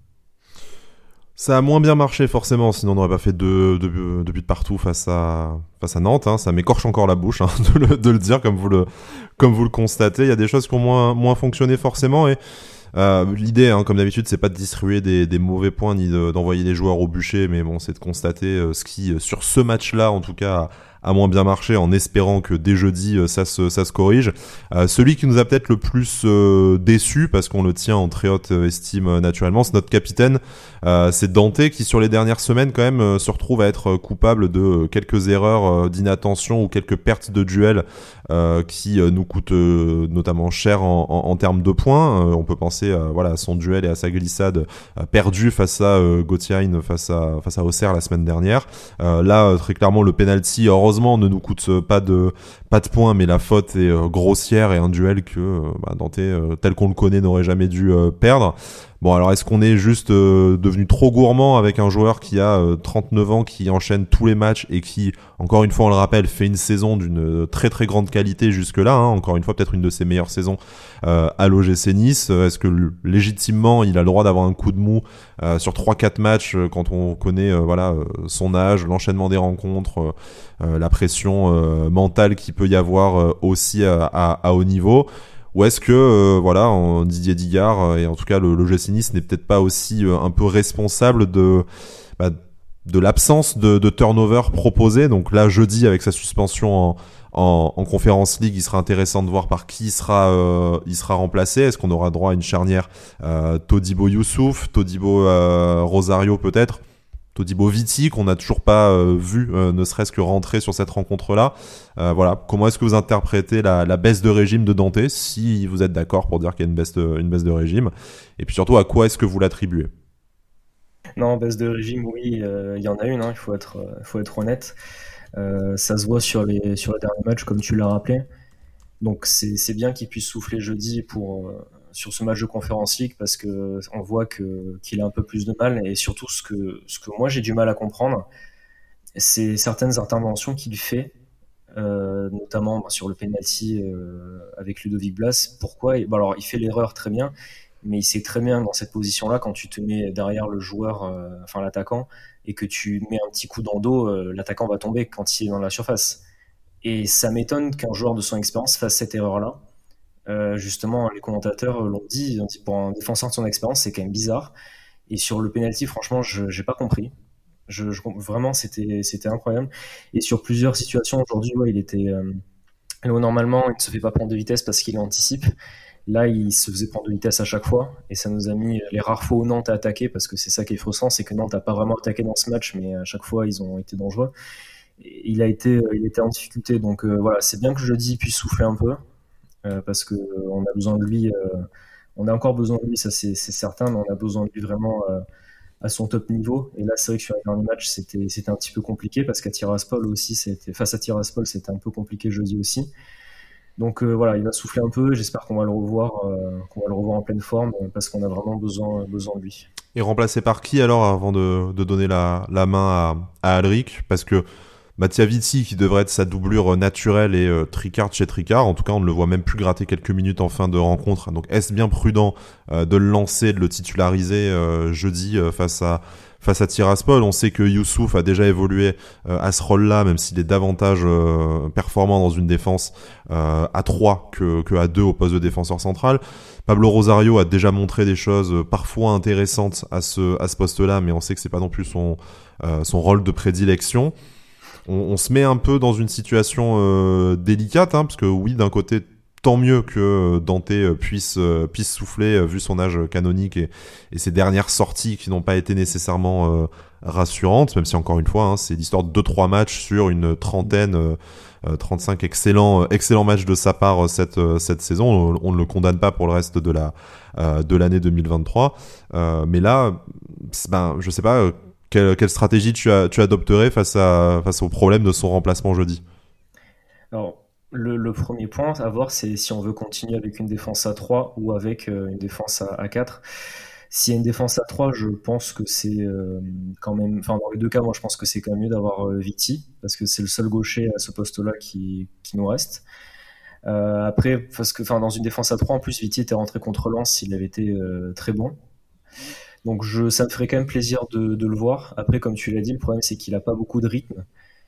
Ça a moins bien marché forcément, sinon on n'aurait pas fait deux, deux, deux buts partout face à, face à Nantes. Hein. Ça m'écorche encore la bouche hein, de, le, de le dire, comme vous le, comme vous le constatez. Il y a des choses qui ont moins, moins fonctionné forcément. Et euh, l'idée, hein, comme d'habitude, c'est pas de distribuer des, des mauvais points ni de, d'envoyer les joueurs au bûcher, mais bon, c'est de constater euh, ce qui, sur ce match-là, en tout cas, a, a moins bien marché, en espérant que dès jeudi ça se ça se corrige. Euh, celui qui nous a peut-être le plus euh, déçu, parce qu'on le tient en très haute estime euh, naturellement, c'est notre capitaine, euh, c'est Dante, qui sur les dernières semaines quand même euh, se retrouve à être coupable de euh, quelques erreurs euh, d'inattention ou quelques pertes de duel euh, qui euh, nous coûtent euh, notamment cher en, en, en termes de points. Euh, on peut penser euh, voilà à son duel et à sa glissade euh, perdue face à euh, Gauthier, face à face à Auxerre la semaine dernière. Euh, là euh, très clairement le penalty, heureusement, ne nous coûte pas de pas de points, mais la faute est euh, grossière et un duel que euh, bah, Dante, euh, tel qu'on le connaît, n'aurait jamais dû euh, perdre. Bon, alors est-ce qu'on est juste euh, devenu trop gourmand avec un joueur qui a euh, trente-neuf ans, qui enchaîne tous les matchs et qui, encore une fois, on le rappelle, fait une saison d'une très très grande qualité jusque-là, hein, encore une fois peut-être une de ses meilleures saisons euh, à l'O G C Nice. Est-ce que légitimement il a le droit d'avoir un coup de mou euh, sur trois quatre matchs euh, quand on connaît euh, voilà euh, son âge, l'enchaînement des rencontres, euh, euh, la pression euh, mentale qu'il peut y avoir euh, aussi à, à, à haut niveau? Ou est-ce que euh, voilà, en Didier Digard euh, et en tout cas le, le G C Nice n'est peut-être pas aussi euh, un peu responsable de bah, de l'absence de, de turnover proposé? Donc là, jeudi, avec sa suspension en, en, en Conference League, il sera intéressant de voir par qui il sera euh, il sera remplacé. Est-ce qu'on aura droit à une charnière euh, Todibo Youssouf, Todibo euh, Rosario peut-être? Todibo Viti qu'on n'a toujours pas euh, vu, euh, ne serait-ce que rentrer sur cette rencontre-là. Euh, voilà, comment est-ce que vous interprétez la, la baisse de régime de Dante, si vous êtes d'accord pour dire qu'il y a une baisse de, une baisse de régime, et puis surtout à quoi est-ce que vous l'attribuez? Non, baisse de régime, oui, il euh, y en a une, hein, il faut être, euh, faut être honnête. Euh, ça se voit sur les, sur les derniers matchs, comme tu l'as rappelé. Donc c'est, c'est bien qu'il puisse souffler jeudi pour, euh, sur ce match de Conference League parce que on voit que, qu'il a un peu plus de mal. Et surtout, ce que, ce que moi j'ai du mal à comprendre, c'est certaines interventions qu'il fait, euh, notamment sur le penalty euh, avec Ludovic Blas. Pourquoi? Bon, alors, il fait l'erreur très bien, mais il sait très bien dans cette position-là, quand tu te mets derrière le joueur, euh, enfin l'attaquant, et que tu mets un petit coup dans le dos, euh, l'attaquant va tomber quand il est dans la surface. Et ça m'étonne qu'un joueur de son expérience fasse cette erreur-là. Euh, justement, les commentateurs l'ont dit, ils ont dit, pour un défenseur de son expérience, c'est quand même bizarre. Et sur le penalty, franchement, je j'ai pas compris. Je, je- vraiment, c'était c'était incroyable. Et sur plusieurs situations aujourd'hui, ouais, il était euh, là où normalement il ne se fait pas prendre de vitesse parce qu'il anticipe. Là, il se faisait prendre de vitesse à chaque fois, et ça nous a mis les rares fois où Nantes a attaqué, parce que c'est ça qui est frustrant, c'est que Nantes n'a pas vraiment attaqué dans ce match, mais à chaque fois ils ont été dangereux. Et il a été, il était en difficulté, donc euh, voilà, c'est bien que jeudi il puisse souffler un peu, euh, parce que euh, on a besoin de lui, euh, on a encore besoin de lui, ça c'est c'est certain, mais on a besoin de lui vraiment euh, à son top niveau. Et là, c'est vrai que sur les derniers matchs, c'était c'était un petit peu compliqué parce qu'à Tiraspol aussi, c'était face à Tiraspol, c'était un peu compliqué jeudi aussi. Donc euh, voilà, il va souffler un peu. J'espère qu'on va le revoir, euh, qu'on va le revoir en pleine forme euh, parce qu'on a vraiment besoin besoin de lui. Et remplacé par qui alors, avant de, de donner la, la main à, à Alric? Parce que Mattia Vitti, qui devrait être sa doublure naturelle, et euh, Tricard chez Tricard, en tout cas on ne le voit même plus gratter quelques minutes en fin de rencontre. Donc est-ce bien prudent euh, de le lancer, de le titulariser euh, jeudi euh, face à face à Tiraspol? On sait que Youssouf a déjà évolué euh, à ce rôle-là, même s'il est davantage euh, performant dans une défense euh, à trois que, que à deux au poste de défenseur central. Pablo Rosario a déjà montré des choses euh, parfois intéressantes à ce à ce poste-là, mais on sait que c'est pas non plus son euh, son rôle de prédilection. On, on se met un peu dans une situation euh, délicate, hein, parce que oui, d'un côté, tant mieux que Dante puisse euh, puisse souffler, euh, vu son âge canonique et, et ses dernières sorties qui n'ont pas été nécessairement euh, rassurantes, même si encore une fois, hein, c'est l'histoire de deux trois matchs sur une trentaine, euh, euh, trente-cinq excellents excellents matchs de sa part euh, cette euh, cette saison. On, on ne le condamne pas pour le reste de la euh, de l'année deux mille vingt-trois, euh, mais là, ben je sais pas. Euh, Quelle, quelle stratégie tu, as, tu adopterais face, à, face au problème de son remplacement jeudi? Alors, le, le premier point à voir, c'est si on veut continuer avec une défense à trois ou avec euh, une défense à, à quatre. S'il y a une défense à trois, je pense que c'est euh, quand même, enfin dans les deux cas, moi je pense que c'est quand même mieux d'avoir euh, Viti, parce que c'est le seul gaucher à ce poste-là qui, qui nous reste. Euh, après, parce que enfin dans une défense à trois, en plus Viti était rentré contre Lens, il avait été euh, très bon. Donc je, ça me ferait quand même plaisir de, de le voir. Après, comme tu l'as dit, le problème c'est qu'il a pas beaucoup de rythme.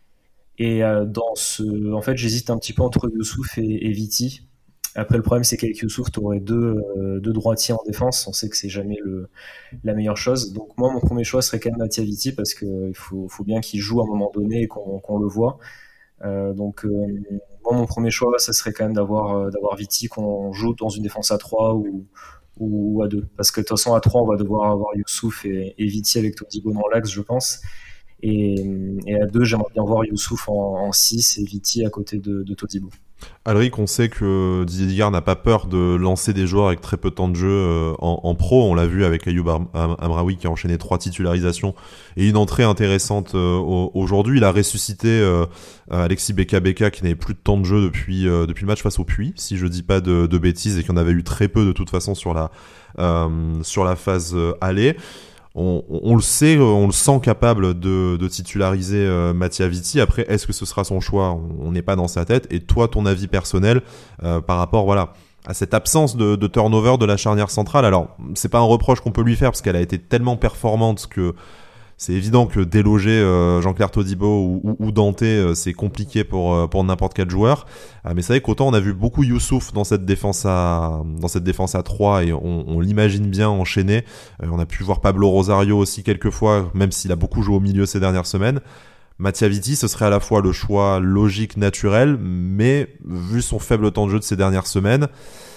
Et euh, dans ce, en fait, j'hésite un petit peu entre Youssouf et, et Viti. Après, le problème c'est qu'avec Youssouf, tu aurais deux, euh, deux droitiers en défense. On sait que c'est jamais le, la meilleure chose. Donc moi, mon premier choix serait quand même Mattia Viti parce qu'il faut, faut bien qu'il joue à un moment donné et qu'on, qu'on le voit. Euh, donc euh, moi, mon premier choix, ça serait quand même d'avoir, euh, d'avoir Viti, qu'on joue dans une défense à trois ou ou à deux. Parce que de toute façon, à trois, on va devoir avoir Youssouf et, et Viti avec Todibo dans l'axe, je pense. Et, et à deux, j'aimerais bien voir Youssouf en, en six et Viti à côté de, de Todibo. Alric, on sait que Didier Digard n'a pas peur de lancer des joueurs avec très peu de temps de jeu euh, en, en pro. On l'a vu avec Ayoub Am- Am- Amraoui qui a enchaîné trois titularisations et une entrée intéressante euh, au- aujourd'hui. Il a ressuscité euh, Alexis Beka Beka qui n'avait plus de temps de jeu depuis euh, depuis le match face au Puy, si je dis pas de, de bêtises, et qui en avait eu très peu de toute façon sur la euh, sur la phase euh, aller. On, on, on le sait, on le sent capable de, de titulariser euh, Mattia Viti. Après, est-ce que ce sera son choix? On n'est pas dans sa tête. Et toi, ton avis personnel euh, par rapport, voilà, à cette absence de, de turnover de la charnière centrale? Alors, c'est pas un reproche qu'on peut lui faire parce qu'elle a été tellement performante que c'est évident que déloger euh, Jean-Claire Todibo ou, ou, ou Dante, euh, c'est compliqué pour euh, pour n'importe quel joueur. Euh, mais c'est vrai qu'autant on a vu beaucoup Youssouf dans cette défense à dans cette défense à trois et on, on l'imagine bien enchaîné. Euh, on a pu voir Pablo Rosario aussi quelques fois, même s'il a beaucoup joué au milieu ces dernières semaines. Mattia Viti, ce serait à la fois le choix logique, naturel, mais vu son faible temps de jeu de ces dernières semaines,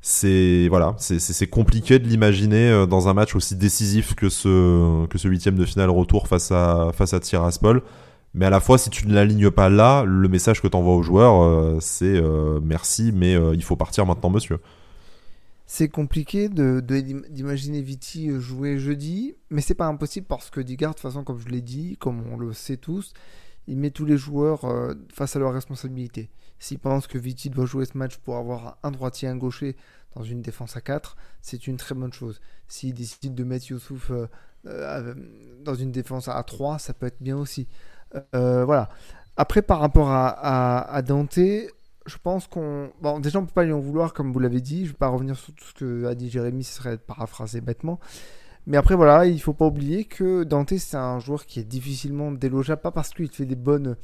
c'est voilà, c'est, c'est, c'est compliqué de l'imaginer dans un match aussi décisif que ce que ce huitième de finale retour face à face à Tiraspol. Mais à la fois, si tu ne l'alignes pas là, le message que tu envoies aux joueurs, euh, c'est euh, merci, mais euh, il faut partir maintenant, monsieur. C'est compliqué de, de, d'imaginer Viti jouer jeudi, mais c'est pas impossible parce que Digard, de toute façon, comme je l'ai dit, comme on le sait tous, il met tous les joueurs euh, face à leurs responsabilités. S'il pense que Viti doit jouer ce match pour avoir un droitier, un gaucher dans une défense à quatre, c'est une très bonne chose. S'il décide de mettre Youssouf euh, euh, dans une défense à trois, ça peut être bien aussi. Euh, voilà. Après, par rapport à, à, à Dante, je pense qu'on... Bon, déjà, on ne peut pas lui en vouloir, comme vous l'avez dit. Je ne vais pas revenir sur tout ce que a dit Jérémy, ce serait paraphrasé bêtement. Mais après, voilà, il ne faut pas oublier que Dante, c'est un joueur qui est difficilement délogeable, pas parce qu'il fait des bonnes...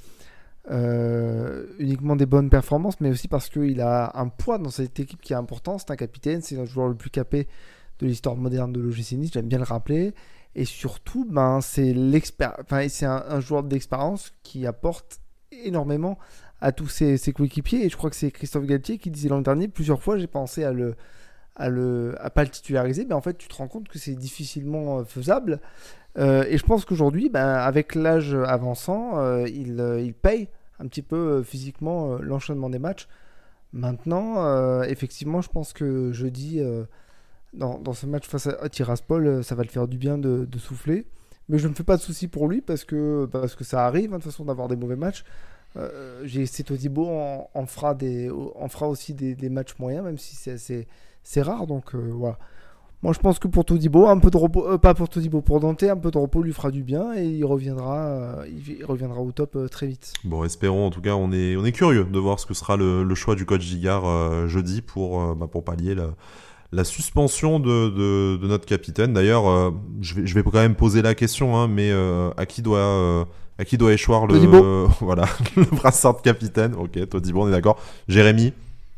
Euh, uniquement des bonnes performances, mais aussi parce qu'il a un poids dans cette équipe qui est important. C'est un capitaine, c'est le joueur le plus capé de l'histoire moderne de l'O G C Nice, j'aime bien le rappeler. Et surtout, ben, c'est, l'expér... enfin, c'est un, un joueur d'expérience qui apporte énormément à tous ses, ses coéquipiers. Et je crois que c'est Christophe Galtier qui disait l'an dernier, plusieurs fois, j'ai pensé à le, à le, à pas le titulariser, mais en fait, tu te rends compte que c'est difficilement faisable. Euh, et je pense qu'aujourd'hui, ben, avec l'âge avançant, euh, il, euh, il paye un petit peu euh, physiquement euh, l'enchaînement des matchs. Maintenant, euh, effectivement, je pense que jeudi, euh, dans, dans ce match face à Tiraspol, euh, ça va le faire du bien de, de souffler. Mais je ne me fais pas de soucis pour lui parce que, parce que ça arrive, hein, de toute façon, d'avoir des mauvais matchs. Euh, j'ai c'est Todibo en, en fera des en fera aussi des, des matchs moyens, même si c'est assez, c'est rare. Donc euh, voilà. Moi, je pense que pour Todibo, un peu de repos, euh, pas pour Todibo, pour Dante, un peu de repos lui fera du bien et il reviendra, euh, il reviendra au top euh, très vite. Bon, espérons. En tout cas, on est, on est curieux de voir ce que sera le, le choix du coach Gigard euh, jeudi pour, euh, bah, pour pallier la, la suspension de, de, de notre capitaine. D'ailleurs, euh, je vais, je vais quand même poser la question, hein, mais euh, à qui doit, euh, à qui doit échoir le, euh, voilà, le brassard de capitaine. Ok, Todibo, on est d'accord. Jérémy.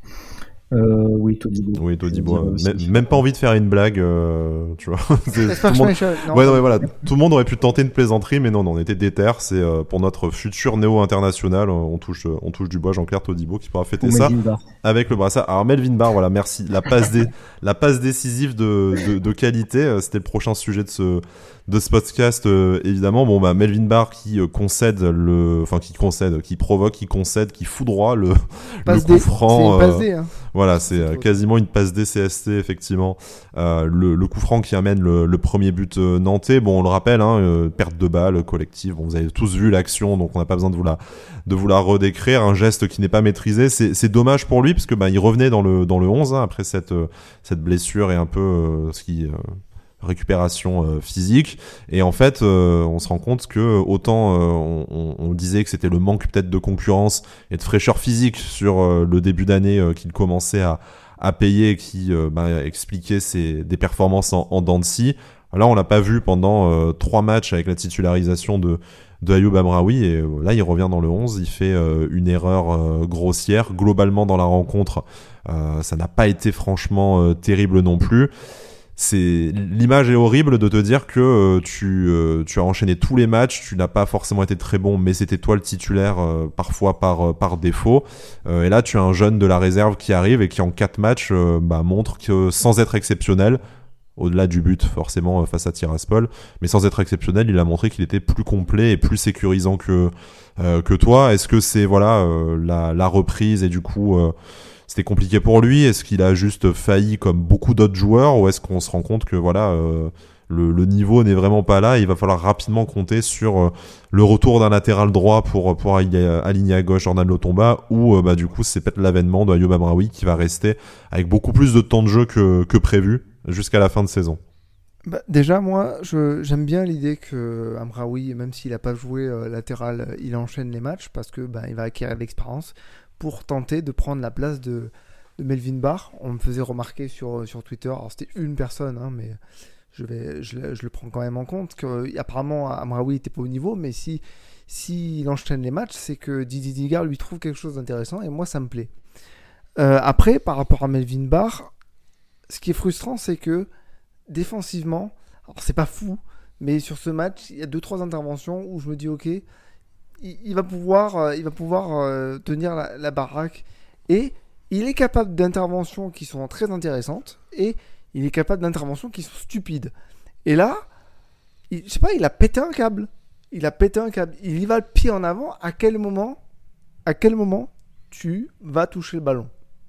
Euh, oui, Todibo. Oui, Todibo. Euh, même, même pas envie de faire une blague, euh, tu vois. C'est, tout, le monde... non, ouais, non, mais voilà, tout le monde aurait pu tenter une plaisanterie, mais non, non, on était déter. C'est euh, pour notre futur néo international. On touche, on touche du bois. Jean-Claire Todibo qui pourra fêter ça avec le brassard. Alors Melvin Barr, voilà, merci. La passe dé... la passe décisive de, de, de qualité. C'était le prochain sujet de ce de ce podcast, euh, évidemment. Bon, bah Melvin Barr qui euh, concède le, enfin qui concède, qui provoque, qui concède, qui foudroie le, le coup franc. C'est une passe D, hein. Voilà, c'est, c'est quasiment une passe D C S T, effectivement. Euh, le, le coup franc qui amène le, le premier but euh, nantais. Bon, on le rappelle, hein, euh, perte de balle collective. Bon, vous avez tous vu l'action, donc on n'a pas besoin de vous la, de vous la redécrire. Un geste qui n'est pas maîtrisé. C'est, c'est dommage pour lui, parce que bah, il revenait dans le, dans le onze, hein, après cette, euh, cette blessure et un peu euh, ce qui, euh, récupération euh, physique, et en fait euh, on se rend compte que autant euh, on, on disait que c'était le manque peut-être de concurrence et de fraîcheur physique sur euh, le début d'année euh, qu'il commençait à, à payer et qui euh, bah, expliquait ses, des performances en, en dents de scie. Là on l'a pas vu pendant euh, trois matchs avec la titularisation de de Ayoub Amraoui, et euh, là il revient dans le onze, il fait euh, une erreur euh, grossière globalement dans la rencontre. Euh, ça n'a pas été franchement euh, terrible non plus. C'est, l'image est horrible de te dire que euh, tu, euh, tu as enchaîné tous les matchs, tu n'as pas forcément été très bon, mais c'était toi le titulaire euh, parfois par, euh, par défaut. Euh, et là, tu as un jeune de la réserve qui arrive et qui en quatre matchs euh, bah, montre que sans être exceptionnel, au-delà du but forcément euh, face à Tiraspol, mais sans être exceptionnel, il a montré qu'il était plus complet et plus sécurisant que, euh, que toi. Est-ce que c'est voilà euh, la, la reprise et du coup... Euh, c'était compliqué pour lui? Est-ce qu'il a juste failli comme beaucoup d'autres joueurs, ou est-ce qu'on se rend compte que voilà euh, le, le niveau n'est vraiment pas là et il va falloir rapidement compter sur euh, le retour d'un latéral droit pour pour aligner à gauche Jordan Lotomba, ou euh, bah du coup c'est peut-être l'avènement de Ayoub Amraoui qui va rester avec beaucoup plus de temps de jeu que que prévu jusqu'à la fin de saison? Bah, déjà, moi, je, j'aime bien l'idée que Amraoui, même s'il n'a pas joué euh, latéral, il enchaîne les matchs parce que bah, il va acquérir de l'expérience pour tenter de prendre la place de, de Melvin Barr. On me faisait remarquer sur, sur Twitter, alors c'était une personne, hein, mais je, vais, je, je le prends quand même en compte, qu'apparemment Amraoui n'était pas au niveau, mais si, si il enchaîne les matchs, c'est que Didier Digard lui trouve quelque chose d'intéressant, et moi ça me plaît. Euh, après, par rapport à Melvin Barr, ce qui est frustrant, c'est que défensivement, alors c'est pas fou, mais sur ce match, il y a deux trois interventions où je me dis ok, il, il va pouvoir, euh, il va pouvoir euh, tenir la, la baraque, et il est capable d'interventions qui sont très intéressantes et il est capable d'interventions qui sont stupides. Et là, il, je sais pas, il a pété un câble. Il a pété un câble. Il y va le pied en avant. À quel moment, à quel moment tu vas toucher le ballon?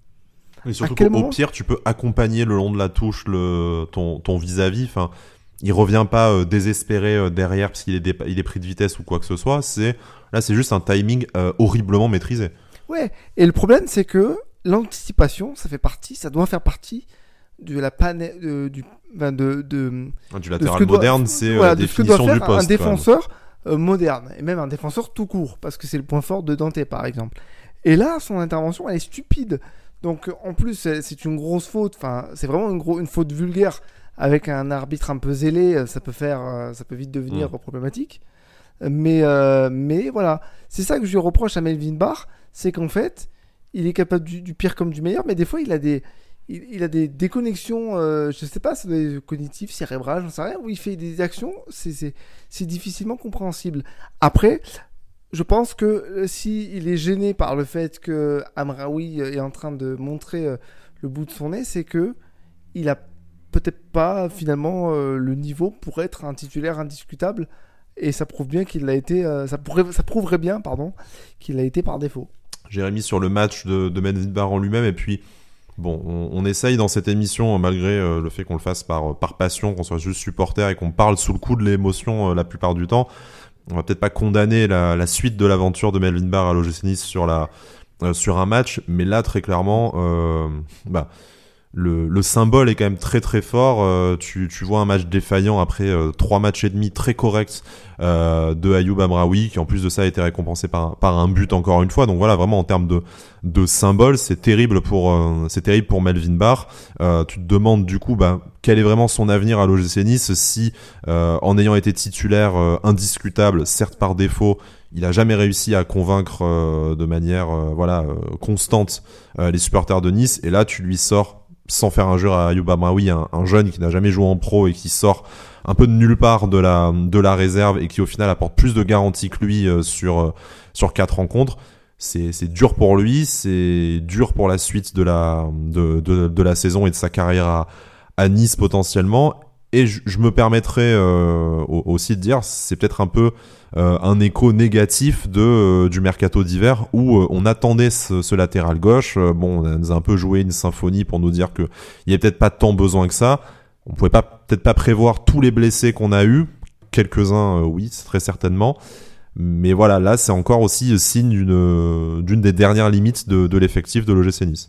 Et surtout qu'au moment... pire, tu peux accompagner le long de la touche le, ton, ton vis-à-vis. Enfin, il revient pas euh, désespéré euh, derrière parce qu'il est, dé... il est pris de vitesse ou quoi que ce soit. C'est... Là, c'est juste un timing euh, horriblement maîtrisé. Ouais, et le problème, c'est que l'anticipation, ça fait partie, ça doit faire partie de la panne, de, du, ben de, de, du latéral moderne, doit, c'est voilà, la définition du poste. Un défenseur euh, moderne, et même un défenseur tout court, parce que c'est le point fort de Dante, par exemple. Et là, son intervention, elle est stupide. Donc, en plus, c'est une grosse faute. Enfin, c'est vraiment une, gros, une faute vulgaire avec un arbitre un peu zélé. Ça peut faire, ça peut vite devenir mmh. problématique. Mais, euh, mais voilà, c'est ça que je lui reproche à Melvin Barr, c'est qu'en fait, il est capable du, du pire comme du meilleur, mais des fois, il a des, il, il a des déconnexions, euh, je sais pas, c'est des cognitives, cérébrales, j'en sais rien, où il fait des actions, c'est, c'est, c'est difficilement compréhensible. Après, je pense que euh, s'il est gêné par le fait que Amraoui est en train de montrer euh, le bout de son nez, c'est que il a peut-être pas finalement euh, le niveau pour être un titulaire indiscutable. Et ça prouve bien qu'il l'a été, euh, ça, pourrait, ça prouverait bien, pardon, qu'il l'a été par défaut. Jérémy sur le match de, de Melvin Barr en lui-même, et puis bon, on, on essaye dans cette émission, malgré euh, le fait qu'on le fasse par, par passion, qu'on soit juste supporter et qu'on parle sous le coup de l'émotion euh, la plupart du temps. On va peut-être pas condamner la, la suite de l'aventure de Melvin Barr à l'O G C Nice sur la euh, sur un match, mais là très clairement, euh, bah. Le, le symbole est quand même très très fort. Euh, tu, tu vois un match défaillant après euh, trois matchs et demi très corrects euh, de Ayoub Amraoui, qui en plus de ça a été récompensé par, par un but encore une fois. Donc voilà, vraiment en termes de, de symbole, c'est terrible pour euh, c'est terrible pour Melvin Barr. Euh, tu te demandes du coup, bah, quel est vraiment son avenir à l'O G C Nice si, euh, en ayant été titulaire euh, indiscutable, certes par défaut, il a jamais réussi à convaincre euh, de manière euh, voilà euh, constante euh, les supporters de Nice. Et là, tu lui sors sans faire injure à Ayoub Amraoui, un, un jeune qui n'a jamais joué en pro et qui sort un peu de nulle part de la de la réserve et qui au final apporte plus de garanties que lui euh, sur euh, sur quatre rencontres. C'est c'est dur pour lui, c'est dur pour la suite de la de de, de la saison et de sa carrière à à Nice potentiellement. Et je, je me permettrais euh, aussi de dire, c'est peut-être un peu euh, un écho négatif de euh, du mercato d'hiver où euh, on attendait ce, ce latéral gauche. Euh, bon, on nous a un peu joué une symphonie pour nous dire que il y avait peut-être pas tant besoin que ça. On pouvait pas peut-être pas prévoir tous les blessés qu'on a eus. Quelques-uns, euh, oui, très certainement. Mais voilà, là, c'est encore aussi signe d'une d'une des dernières limites de, de l'effectif de l'O G C Nice.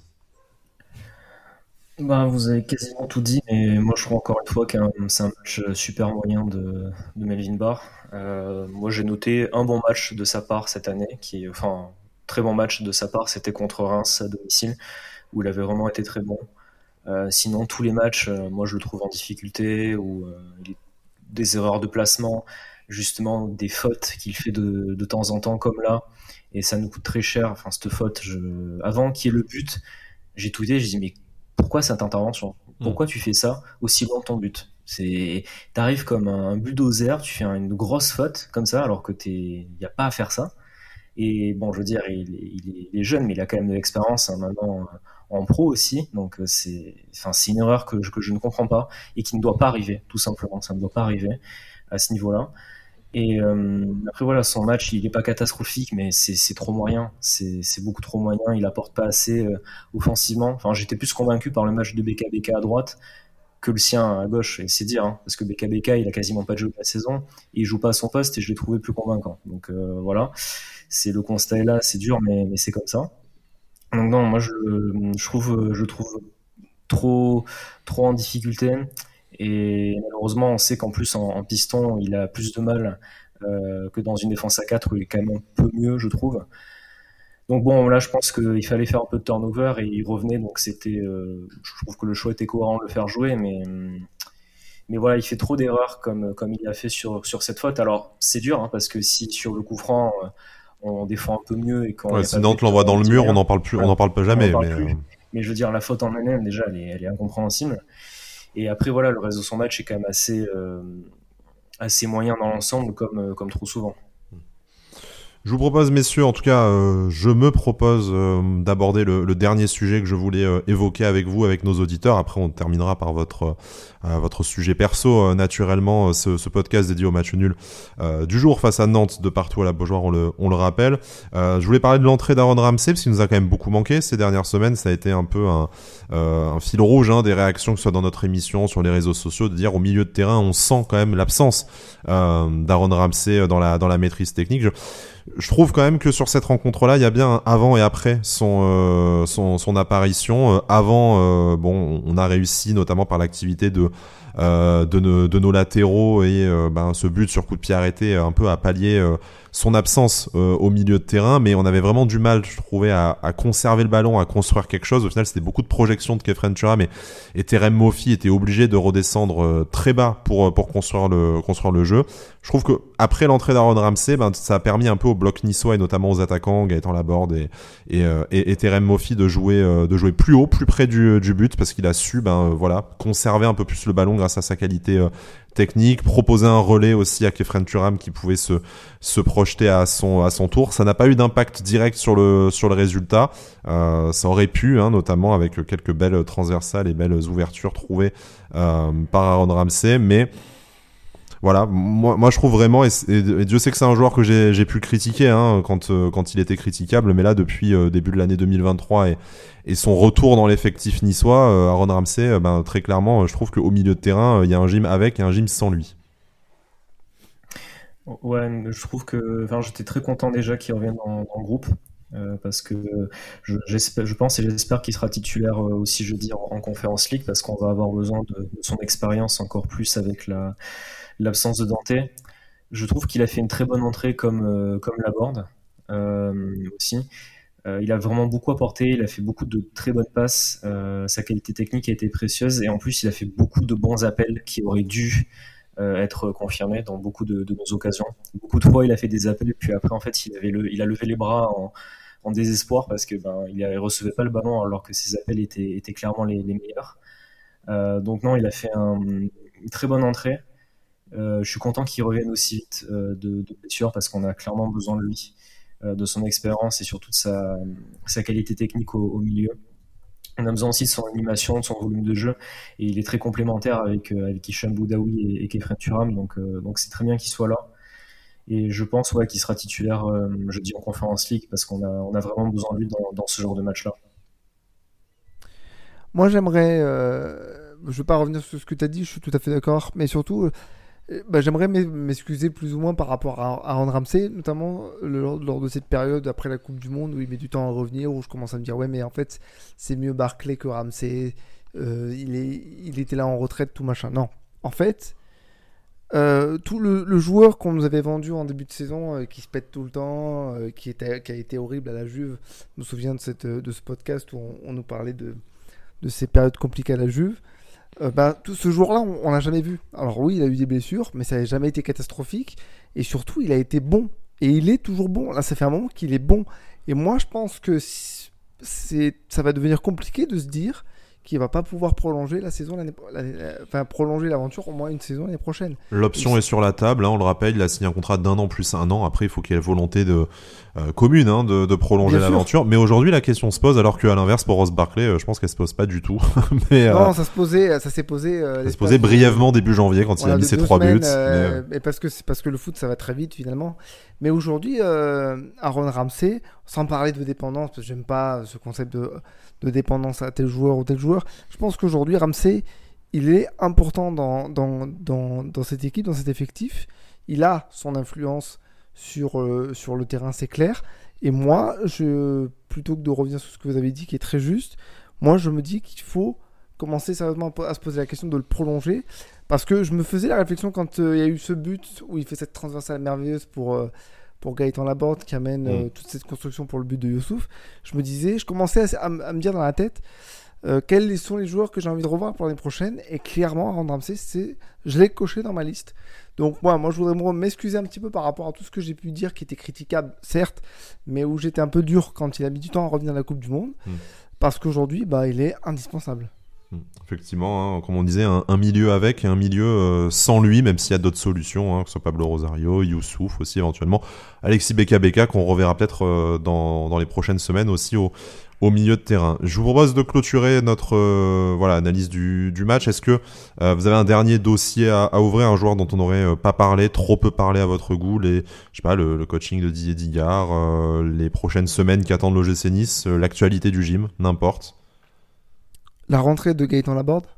Bah, vous avez quasiment tout dit, mais moi je trouve encore une fois que c'est un match super moyen de, de Melvin Barr. Euh, moi j'ai noté un bon match de sa part cette année, qui, enfin, très bon match de sa part, c'était contre Reims à domicile, où il avait vraiment été très bon. Euh, sinon, tous les matchs, euh, moi je le trouve en difficulté, ou euh, des erreurs de placement, justement des fautes qu'il fait de, de temps en temps, comme là, et ça nous coûte très cher. Enfin, cette faute, je... avant qu'il y ait le but, j'ai tweeté, j'ai dit, mais pourquoi cette intervention? Pourquoi mmh. tu fais ça aussi loin de ton but? C'est, t'arrives comme un bulldozer, tu fais une grosse faute comme ça, alors que t'es, y a pas à faire ça. Et bon, je veux dire, il, il, il est jeune, mais il a quand même de l'expérience hein, maintenant en pro aussi. Donc c'est, enfin, c'est une erreur que je, que je ne comprends pas et qui ne doit pas arriver, tout simplement. Ça ne doit pas arriver à ce niveau-là. Et euh, après voilà, son match, il est pas catastrophique, mais c'est, c'est trop moyen. C'est, c'est beaucoup trop moyen. Il apporte pas assez euh, offensivement. Enfin, j'étais plus convaincu par le match de B K B K à droite que le sien à gauche. Et c'est dire, hein, parce que B K B K, il a quasiment pas de jeu de la saison. Et il joue pas à son poste et je l'ai trouvé plus convaincant. Donc euh, voilà, c'est le constat est là, c'est dur, mais, mais c'est comme ça. Donc non, moi je, je trouve, je trouve trop, trop en difficulté. Et malheureusement, on sait qu'en plus, en, en piston, il a plus de mal euh, que dans une défense à quatre où il est quand même un peu mieux, je trouve. Donc bon, là, je pense qu'il fallait faire un peu de turnover et il revenait. Donc c'était, euh, je trouve que le choix était cohérent de le faire jouer, mais mais voilà, il fait trop d'erreurs comme comme il a fait sur sur cette faute. Alors c'est dur hein, parce que si sur le coup franc on défend un peu mieux et quand ouais, si Nantes l'envoie dans le mur, on n'en parle plus, on n'en parle pas jamais. Parle mais plus. mais je veux dire, la faute en elle-même déjà, elle est, elle est incompréhensible. Et après, voilà, le reste de son match est quand même assez, euh, assez moyen dans l'ensemble, comme, comme trop souvent. Je vous propose, messieurs, en tout cas, euh, je me propose euh, d'aborder le, le dernier sujet que je voulais euh, évoquer avec vous, avec nos auditeurs. Après, on terminera par votre euh, votre sujet perso, euh, naturellement, euh, ce, ce podcast dédié au match nul euh, du jour face à Nantes, de partout à la Beaujoire, on le, on le rappelle. Euh, je voulais parler de l'entrée d'Aaron Ramsey, parce qu'il nous a quand même beaucoup manqué ces dernières semaines. Ça a été un peu un, euh, un fil rouge hein, des réactions, que ce soit dans notre émission, sur les réseaux sociaux, de dire au milieu de terrain, on sent quand même l'absence euh, d'Aaron Ramsey dans la, dans la maîtrise technique. Je, Je trouve quand même que sur cette rencontre-là, il y a bien un avant et après son euh, son, son apparition. Euh, avant, euh, bon, on a réussi notamment par l'activité de euh, de, nos, de nos latéraux et euh, ben, ce but sur coup de pied arrêté un peu à pallier euh, son absence euh, au milieu de terrain, mais on avait vraiment du mal, je trouvais, à, à conserver le ballon, à construire quelque chose. Au final, c'était beaucoup de projections de Khéphren Thuram et, et Terem Moffi était obligé de redescendre euh, très bas pour pour construire le construire le jeu. Je trouve que après l'entrée d'Aaron Ramsey, ben ça a permis un peu au bloc niçois et notamment aux attaquants Gaëtan Laborde et et euh, et, et Terem Moffi de jouer euh, de jouer plus haut, plus près du du but, parce qu'il a su ben euh, voilà conserver un peu plus le ballon grâce à sa qualité euh, technique, proposer un relais aussi à Khéphren Thuram qui pouvait se se projeter à son à son tour. Ça n'a pas eu d'impact direct sur le sur le résultat. Euh, ça aurait pu, hein, notamment avec quelques belles transversales et belles ouvertures trouvées euh, par Aaron Ramsey, mais voilà, moi, moi je trouve vraiment, et, et, et Dieu sait que c'est un joueur que j'ai, j'ai pu critiquer hein, quand, euh, quand il était critiquable, mais là depuis euh, début de l'année deux mille vingt-trois et, et son retour dans l'effectif niçois, euh, Aaron Ramsey, euh, ben, très clairement, euh, je trouve qu'au milieu de terrain, il euh, y a un gym avec et un gym sans lui. Ouais, je trouve que, enfin, j'étais très content déjà qu'il revienne dans, dans le groupe. Euh, parce que je, j'espère, je pense et j'espère qu'il sera titulaire euh, aussi jeudi en, en Conference League, parce qu'on va avoir besoin de, de son expérience encore plus avec la, l'absence de Dante. Je trouve qu'il a fait une très bonne entrée comme, euh, comme Laborde euh, aussi. Euh, il a vraiment beaucoup apporté, il a fait beaucoup de très bonnes passes, euh, sa qualité technique a été précieuse et en plus il a fait beaucoup de bons appels qui auraient dû euh, être confirmés dans beaucoup de, de nos occasions. Beaucoup de fois il a fait des appels puis après en fait il, avait le, il a levé les bras en, en désespoir parce que ben, il ne recevait pas le ballon alors que ses appels étaient, étaient clairement les, les meilleurs. Euh, donc non, il a fait un, une très bonne entrée. Euh, je suis content qu'il revienne aussi vite euh, de, de blessure parce qu'on a clairement besoin de lui, euh, de son expérience et surtout de sa, sa qualité technique au, au milieu. On a besoin aussi de son animation, de son volume de jeu et il est très complémentaire avec, euh, avec Hicham Boudaoui et, et Khéphren Thuram, donc, euh, donc c'est très bien qu'il soit là. Et je pense ouais, qu'il sera titulaire euh, jeudi en Conference League parce qu'on a, on a vraiment besoin de lui dans, dans ce genre de match-là. Moi j'aimerais, euh, je ne veux pas revenir sur ce que tu as dit, je suis tout à fait d'accord, mais surtout... Euh, Bah, j'aimerais m'excuser plus ou moins par rapport à Aaron Ramsey, notamment lors, lors de cette période après la Coupe du Monde où il met du temps à revenir, où je commence à me dire ouais mais en fait c'est mieux Barclay que Ramsey, euh, il, est, il était là en retraite, tout machin. Non, en fait, euh, tout le, le joueur qu'on nous avait vendu en début de saison, euh, qui se pète tout le temps, euh, qui, était, qui a été horrible à la Juve, je me souviens de, cette, de ce podcast où on, on nous parlait de, de ces périodes compliquées à la Juve. Euh, bah, tout ce jour-là, on l'a jamais vu. Alors oui, il a eu des blessures, mais ça n'a jamais été catastrophique. Et surtout, il a été bon. Et il est toujours bon. Là, ça fait un moment qu'il est bon. Et moi, je pense que c'est, ça va devenir compliqué de se dire qu'il va pas pouvoir prolonger la saison l'année, l'année, enfin prolonger l'aventure au moins une saison l'année prochaine. L'option est sur la table, hein, on le rappelle, il a signé un contrat d'un an plus un an. Après, il faut qu'il y ait la volonté de euh, commune hein, de, de prolonger Bien l'aventure. Sûr. Mais aujourd'hui, la question se pose, alors qu'à l'inverse, pour Ross Barkley, euh, je pense qu'elle se pose pas du tout. mais, non, euh, ça se posait, ça s'est posé. Euh, ça se posait brièvement début janvier quand voilà, il a mis ses trois semaines, buts. Euh, mais... Et parce que c'est parce que le foot, ça va très vite finalement. Mais aujourd'hui, euh, Aaron Ramsey, sans parler de dépendance, parce que j'aime pas ce concept de de dépendance à tel joueur ou tel joueur. Je pense qu'aujourd'hui, Ramsey, il est important dans, dans, dans, dans cette équipe, dans cet effectif. Il a son influence sur, euh, sur le terrain, c'est clair. Et moi, je, plutôt que de revenir sur ce que vous avez dit, qui est très juste, moi, je me dis qu'il faut commencer sérieusement à se poser la question de le prolonger. Parce que je me faisais la réflexion quand euh, il y a eu ce but où il fait cette transversale merveilleuse pour... Euh, pour Gaëtan Laborde qui amène mmh. euh, toute cette construction pour le but de Youssouf, je me disais, je commençais à, à, à me dire dans la tête euh, quels sont les joueurs que j'ai envie de revoir pour l'année prochaine, et clairement Aaron Ramsey, c'est, je l'ai coché dans ma liste. Donc moi, moi je voudrais m'excuser un petit peu par rapport à tout ce que j'ai pu dire qui était critiquable, certes, mais où j'étais un peu dur quand il a mis du temps à revenir à la Coupe du Monde, mmh. parce qu'aujourd'hui, bah, il est indispensable. Effectivement, hein, comme on disait, un, un milieu avec et un milieu euh, sans lui, même s'il y a d'autres solutions, hein, que ce soit Pablo Rosario, Youssouf aussi éventuellement, Alexis Beka Beka qu'on reverra peut-être euh, dans, dans les prochaines semaines aussi au, au milieu de terrain. Je vous propose de clôturer notre euh, voilà, analyse du, du match. Est-ce que euh, vous avez un dernier dossier à, à ouvrir, un joueur dont on n'aurait euh, pas parlé, trop peu parlé à votre goût, les, je sais pas, le, le coaching de Didier Digard, euh, les prochaines semaines qui attendent l'O G C Nice, euh, l'actualité du gym, n'importe. La rentrée de Gaëtan Laborde.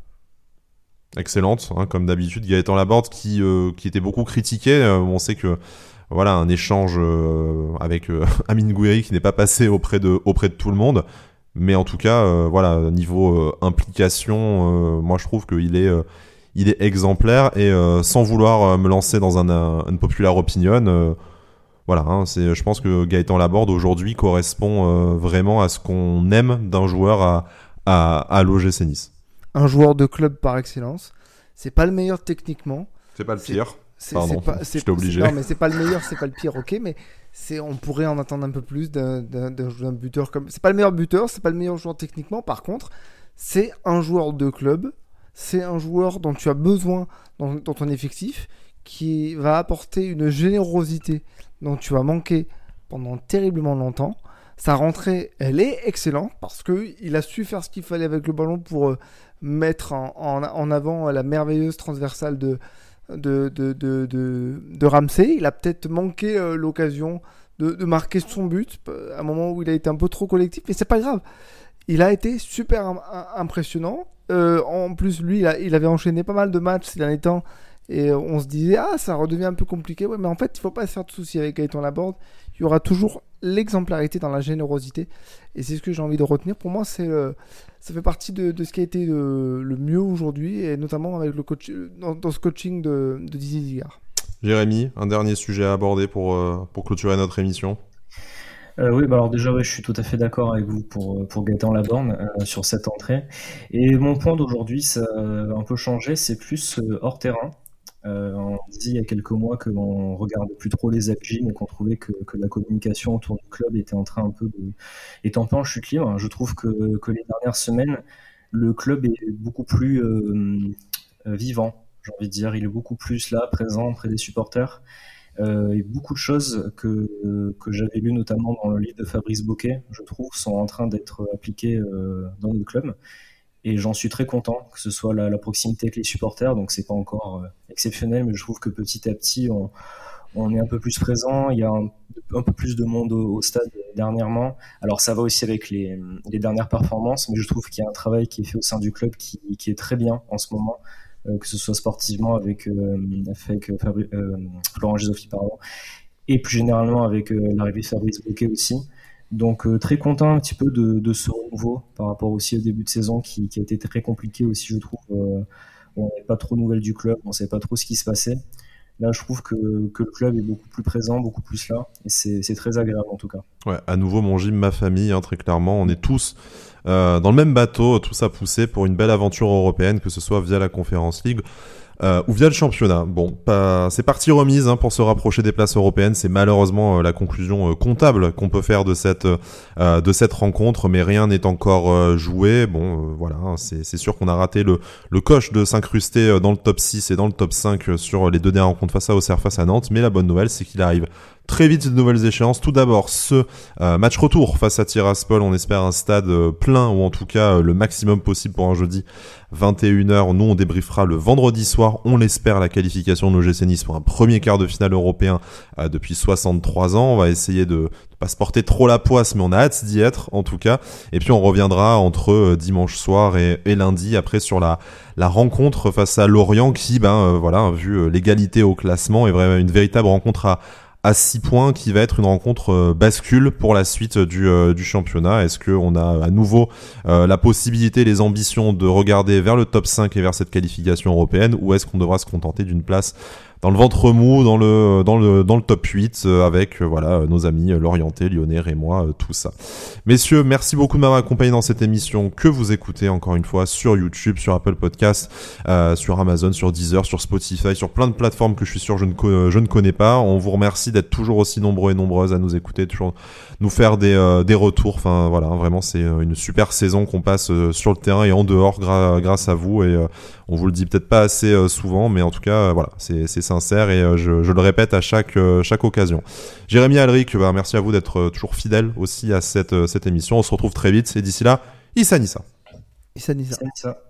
Excellente, hein, comme d'habitude. Gaëtan Laborde qui, euh, qui était beaucoup critiqué. Euh, on sait que voilà, un échange euh, avec euh, Amine Gouiri qui n'est pas passé auprès de, auprès de tout le monde. Mais en tout cas, euh, voilà, niveau euh, implication, euh, moi je trouve qu'il est, euh, il est exemplaire. Et euh, sans vouloir euh, me lancer dans un, un, une populaire opinion, euh, voilà, hein, c'est, je pense que Gaëtan Laborde aujourd'hui correspond euh, vraiment à ce qu'on aime d'un joueur à, à, à l'O G C Nice. Un joueur de club par excellence. C'est pas le meilleur techniquement. C'est pas le c'est, pire. C'est, Pardon, c'est pas, c'est, j'étais obligé. C'est, non, mais c'est pas le meilleur, c'est pas le pire, ok, mais c'est, on pourrait en attendre un peu plus d'un, d'un, d'un, d'un buteur comme. C'est pas le meilleur buteur, c'est pas le meilleur joueur techniquement. Par contre, c'est un joueur de club. C'est un joueur dont tu as besoin dans, dans ton effectif, qui va apporter une générosité dont tu as manqué pendant terriblement longtemps. Sa rentrée, elle est excellente parce qu'il a su faire ce qu'il fallait avec le ballon pour euh, mettre en, en, en avant la merveilleuse transversale de, de, de, de, de, de Ramsey. Il a peut-être manqué euh, l'occasion de, de marquer son but à un moment où il a été un peu trop collectif, mais c'est pas grave. Il a été super im- impressionnant. Euh, en plus, lui, il, a, il avait enchaîné pas mal de matchs ces derniers temps. Et on se disait, ah, ça redevient un peu compliqué. Ouais, mais en fait, il ne faut pas se faire de soucis avec Gaëtan Laborde. Il y aura toujours l'exemplarité dans la générosité. Et c'est ce que j'ai envie de retenir. Pour moi, c'est le, ça fait partie de, de ce qui a été le, le mieux aujourd'hui, et notamment avec le coach, dans, dans ce coaching de, de Didier Digard. Jérémy, un dernier sujet à aborder pour, euh, pour clôturer notre émission. Euh, oui, bah alors déjà, ouais, je suis tout à fait d'accord avec vous pour, pour Gaëtan Laborde euh, sur cette entrée. Et mon point d'aujourd'hui, ça a un peu changé, c'est plus euh, hors terrain. Euh, on disait il y a quelques mois que l'on regardait plus trop les Algines et qu'on trouvait que, que la communication autour du club était en train un peu de, était un peu en chute libre. Je trouve que, que les dernières semaines, le club est beaucoup plus euh, vivant, j'ai envie de dire. Il est beaucoup plus là, présent, près des supporters. Euh, et beaucoup de choses que, que j'avais lues notamment dans le livre de Fabrice Bocquet, je trouve, sont en train d'être appliquées euh, dans notre club. Et j'en suis très content, que ce soit la, la proximité avec les supporters, donc c'est pas encore euh, exceptionnel, mais je trouve que petit à petit, on, on est un peu plus présent, il y a un, un peu plus de monde au, au stade dernièrement. Alors ça va aussi avec les, les dernières performances, mais je trouve qu'il y a un travail qui est fait au sein du club qui, qui est très bien en ce moment, euh, que ce soit sportivement avec, euh, avec Fabri- euh, Florent Gisoffi, pardon, et plus généralement avec euh, l'arrivée de Fabrice Bocquet aussi. Donc euh, très content un petit peu de, de ce renouveau par rapport aussi au début de saison qui, qui a été très compliqué aussi, je trouve. Euh, on n'avait pas trop de nouvelles du club, on ne savait pas trop ce qui se passait. Là, je trouve que, que le club est beaucoup plus présent, beaucoup plus là, et c'est, c'est très agréable en tout cas. Ouais, à nouveau mon gym, ma famille, hein, très clairement, on est tous euh, dans le même bateau, tous à pousser pour une belle aventure européenne, que ce soit via la Conference League euh, ou via le championnat. Bon, pas... c'est partie remise hein, pour se rapprocher des places européennes. C'est malheureusement euh, la conclusion euh, comptable qu'on peut faire de cette euh, de cette rencontre, mais rien n'est encore euh, joué. Bon, euh, voilà, hein, c'est c'est sûr qu'on a raté le le coche de s'incruster euh, dans le top six et dans le top cinq euh, sur les deux dernières rencontres face à Auxerre, face à Nantes. Mais la bonne nouvelle, c'est qu'il arrive très vite de nouvelles échéances. Tout d'abord, ce euh, match retour face à Tiraspol. On espère un stade euh, plein, ou en tout cas euh, le maximum possible pour un jeudi vingt et une heures. Nous, on débriefera le vendredi soir. On l'espère, la qualification de l'O G C Nice pour un premier quart de finale européen euh, depuis soixante-trois ans. On va essayer de ne pas se porter trop la poisse, mais on a hâte d'y être, en tout cas. Et puis, on reviendra entre euh, dimanche soir et, et lundi, après, sur la, la rencontre face à Lorient, qui, ben, euh, voilà, vu euh, l'égalité au classement, est vraiment une véritable rencontre à à six points, qui va être une rencontre euh, bascule pour la suite du, euh, du championnat. Est-ce qu'on a à nouveau euh, la possibilité, les ambitions de regarder vers le top cinq et vers cette qualification européenne, ou est-ce qu'on devra se contenter d'une place dans le ventre mou, dans le dans le dans le top huit euh, avec euh, voilà nos amis euh, Lorienté, Lyonnais, Rémois, euh, tout ça. Messieurs, merci beaucoup de m'avoir accompagné dans cette émission que vous écoutez encore une fois sur YouTube, sur Apple Podcasts, euh, sur Amazon, sur Deezer, sur Spotify, sur plein de plateformes que je suis sûr je ne co- je ne connais pas. On vous remercie d'être toujours aussi nombreux et nombreuses à nous écouter, toujours nous faire des euh, des retours. Enfin voilà, vraiment c'est une super saison qu'on passe euh, sur le terrain et en dehors gra- grâce à vous, et euh, on vous le dit peut-être pas assez euh, souvent, mais en tout cas euh, voilà, c'est c'est sincère et euh, je je le répète à chaque euh, chaque occasion. Jérémy, Alric, bah, merci à vous d'être euh, toujours fidèles aussi à cette euh, cette émission. On se retrouve très vite et d'ici là, Issa Nissa. Issa Nissa. C'est ça.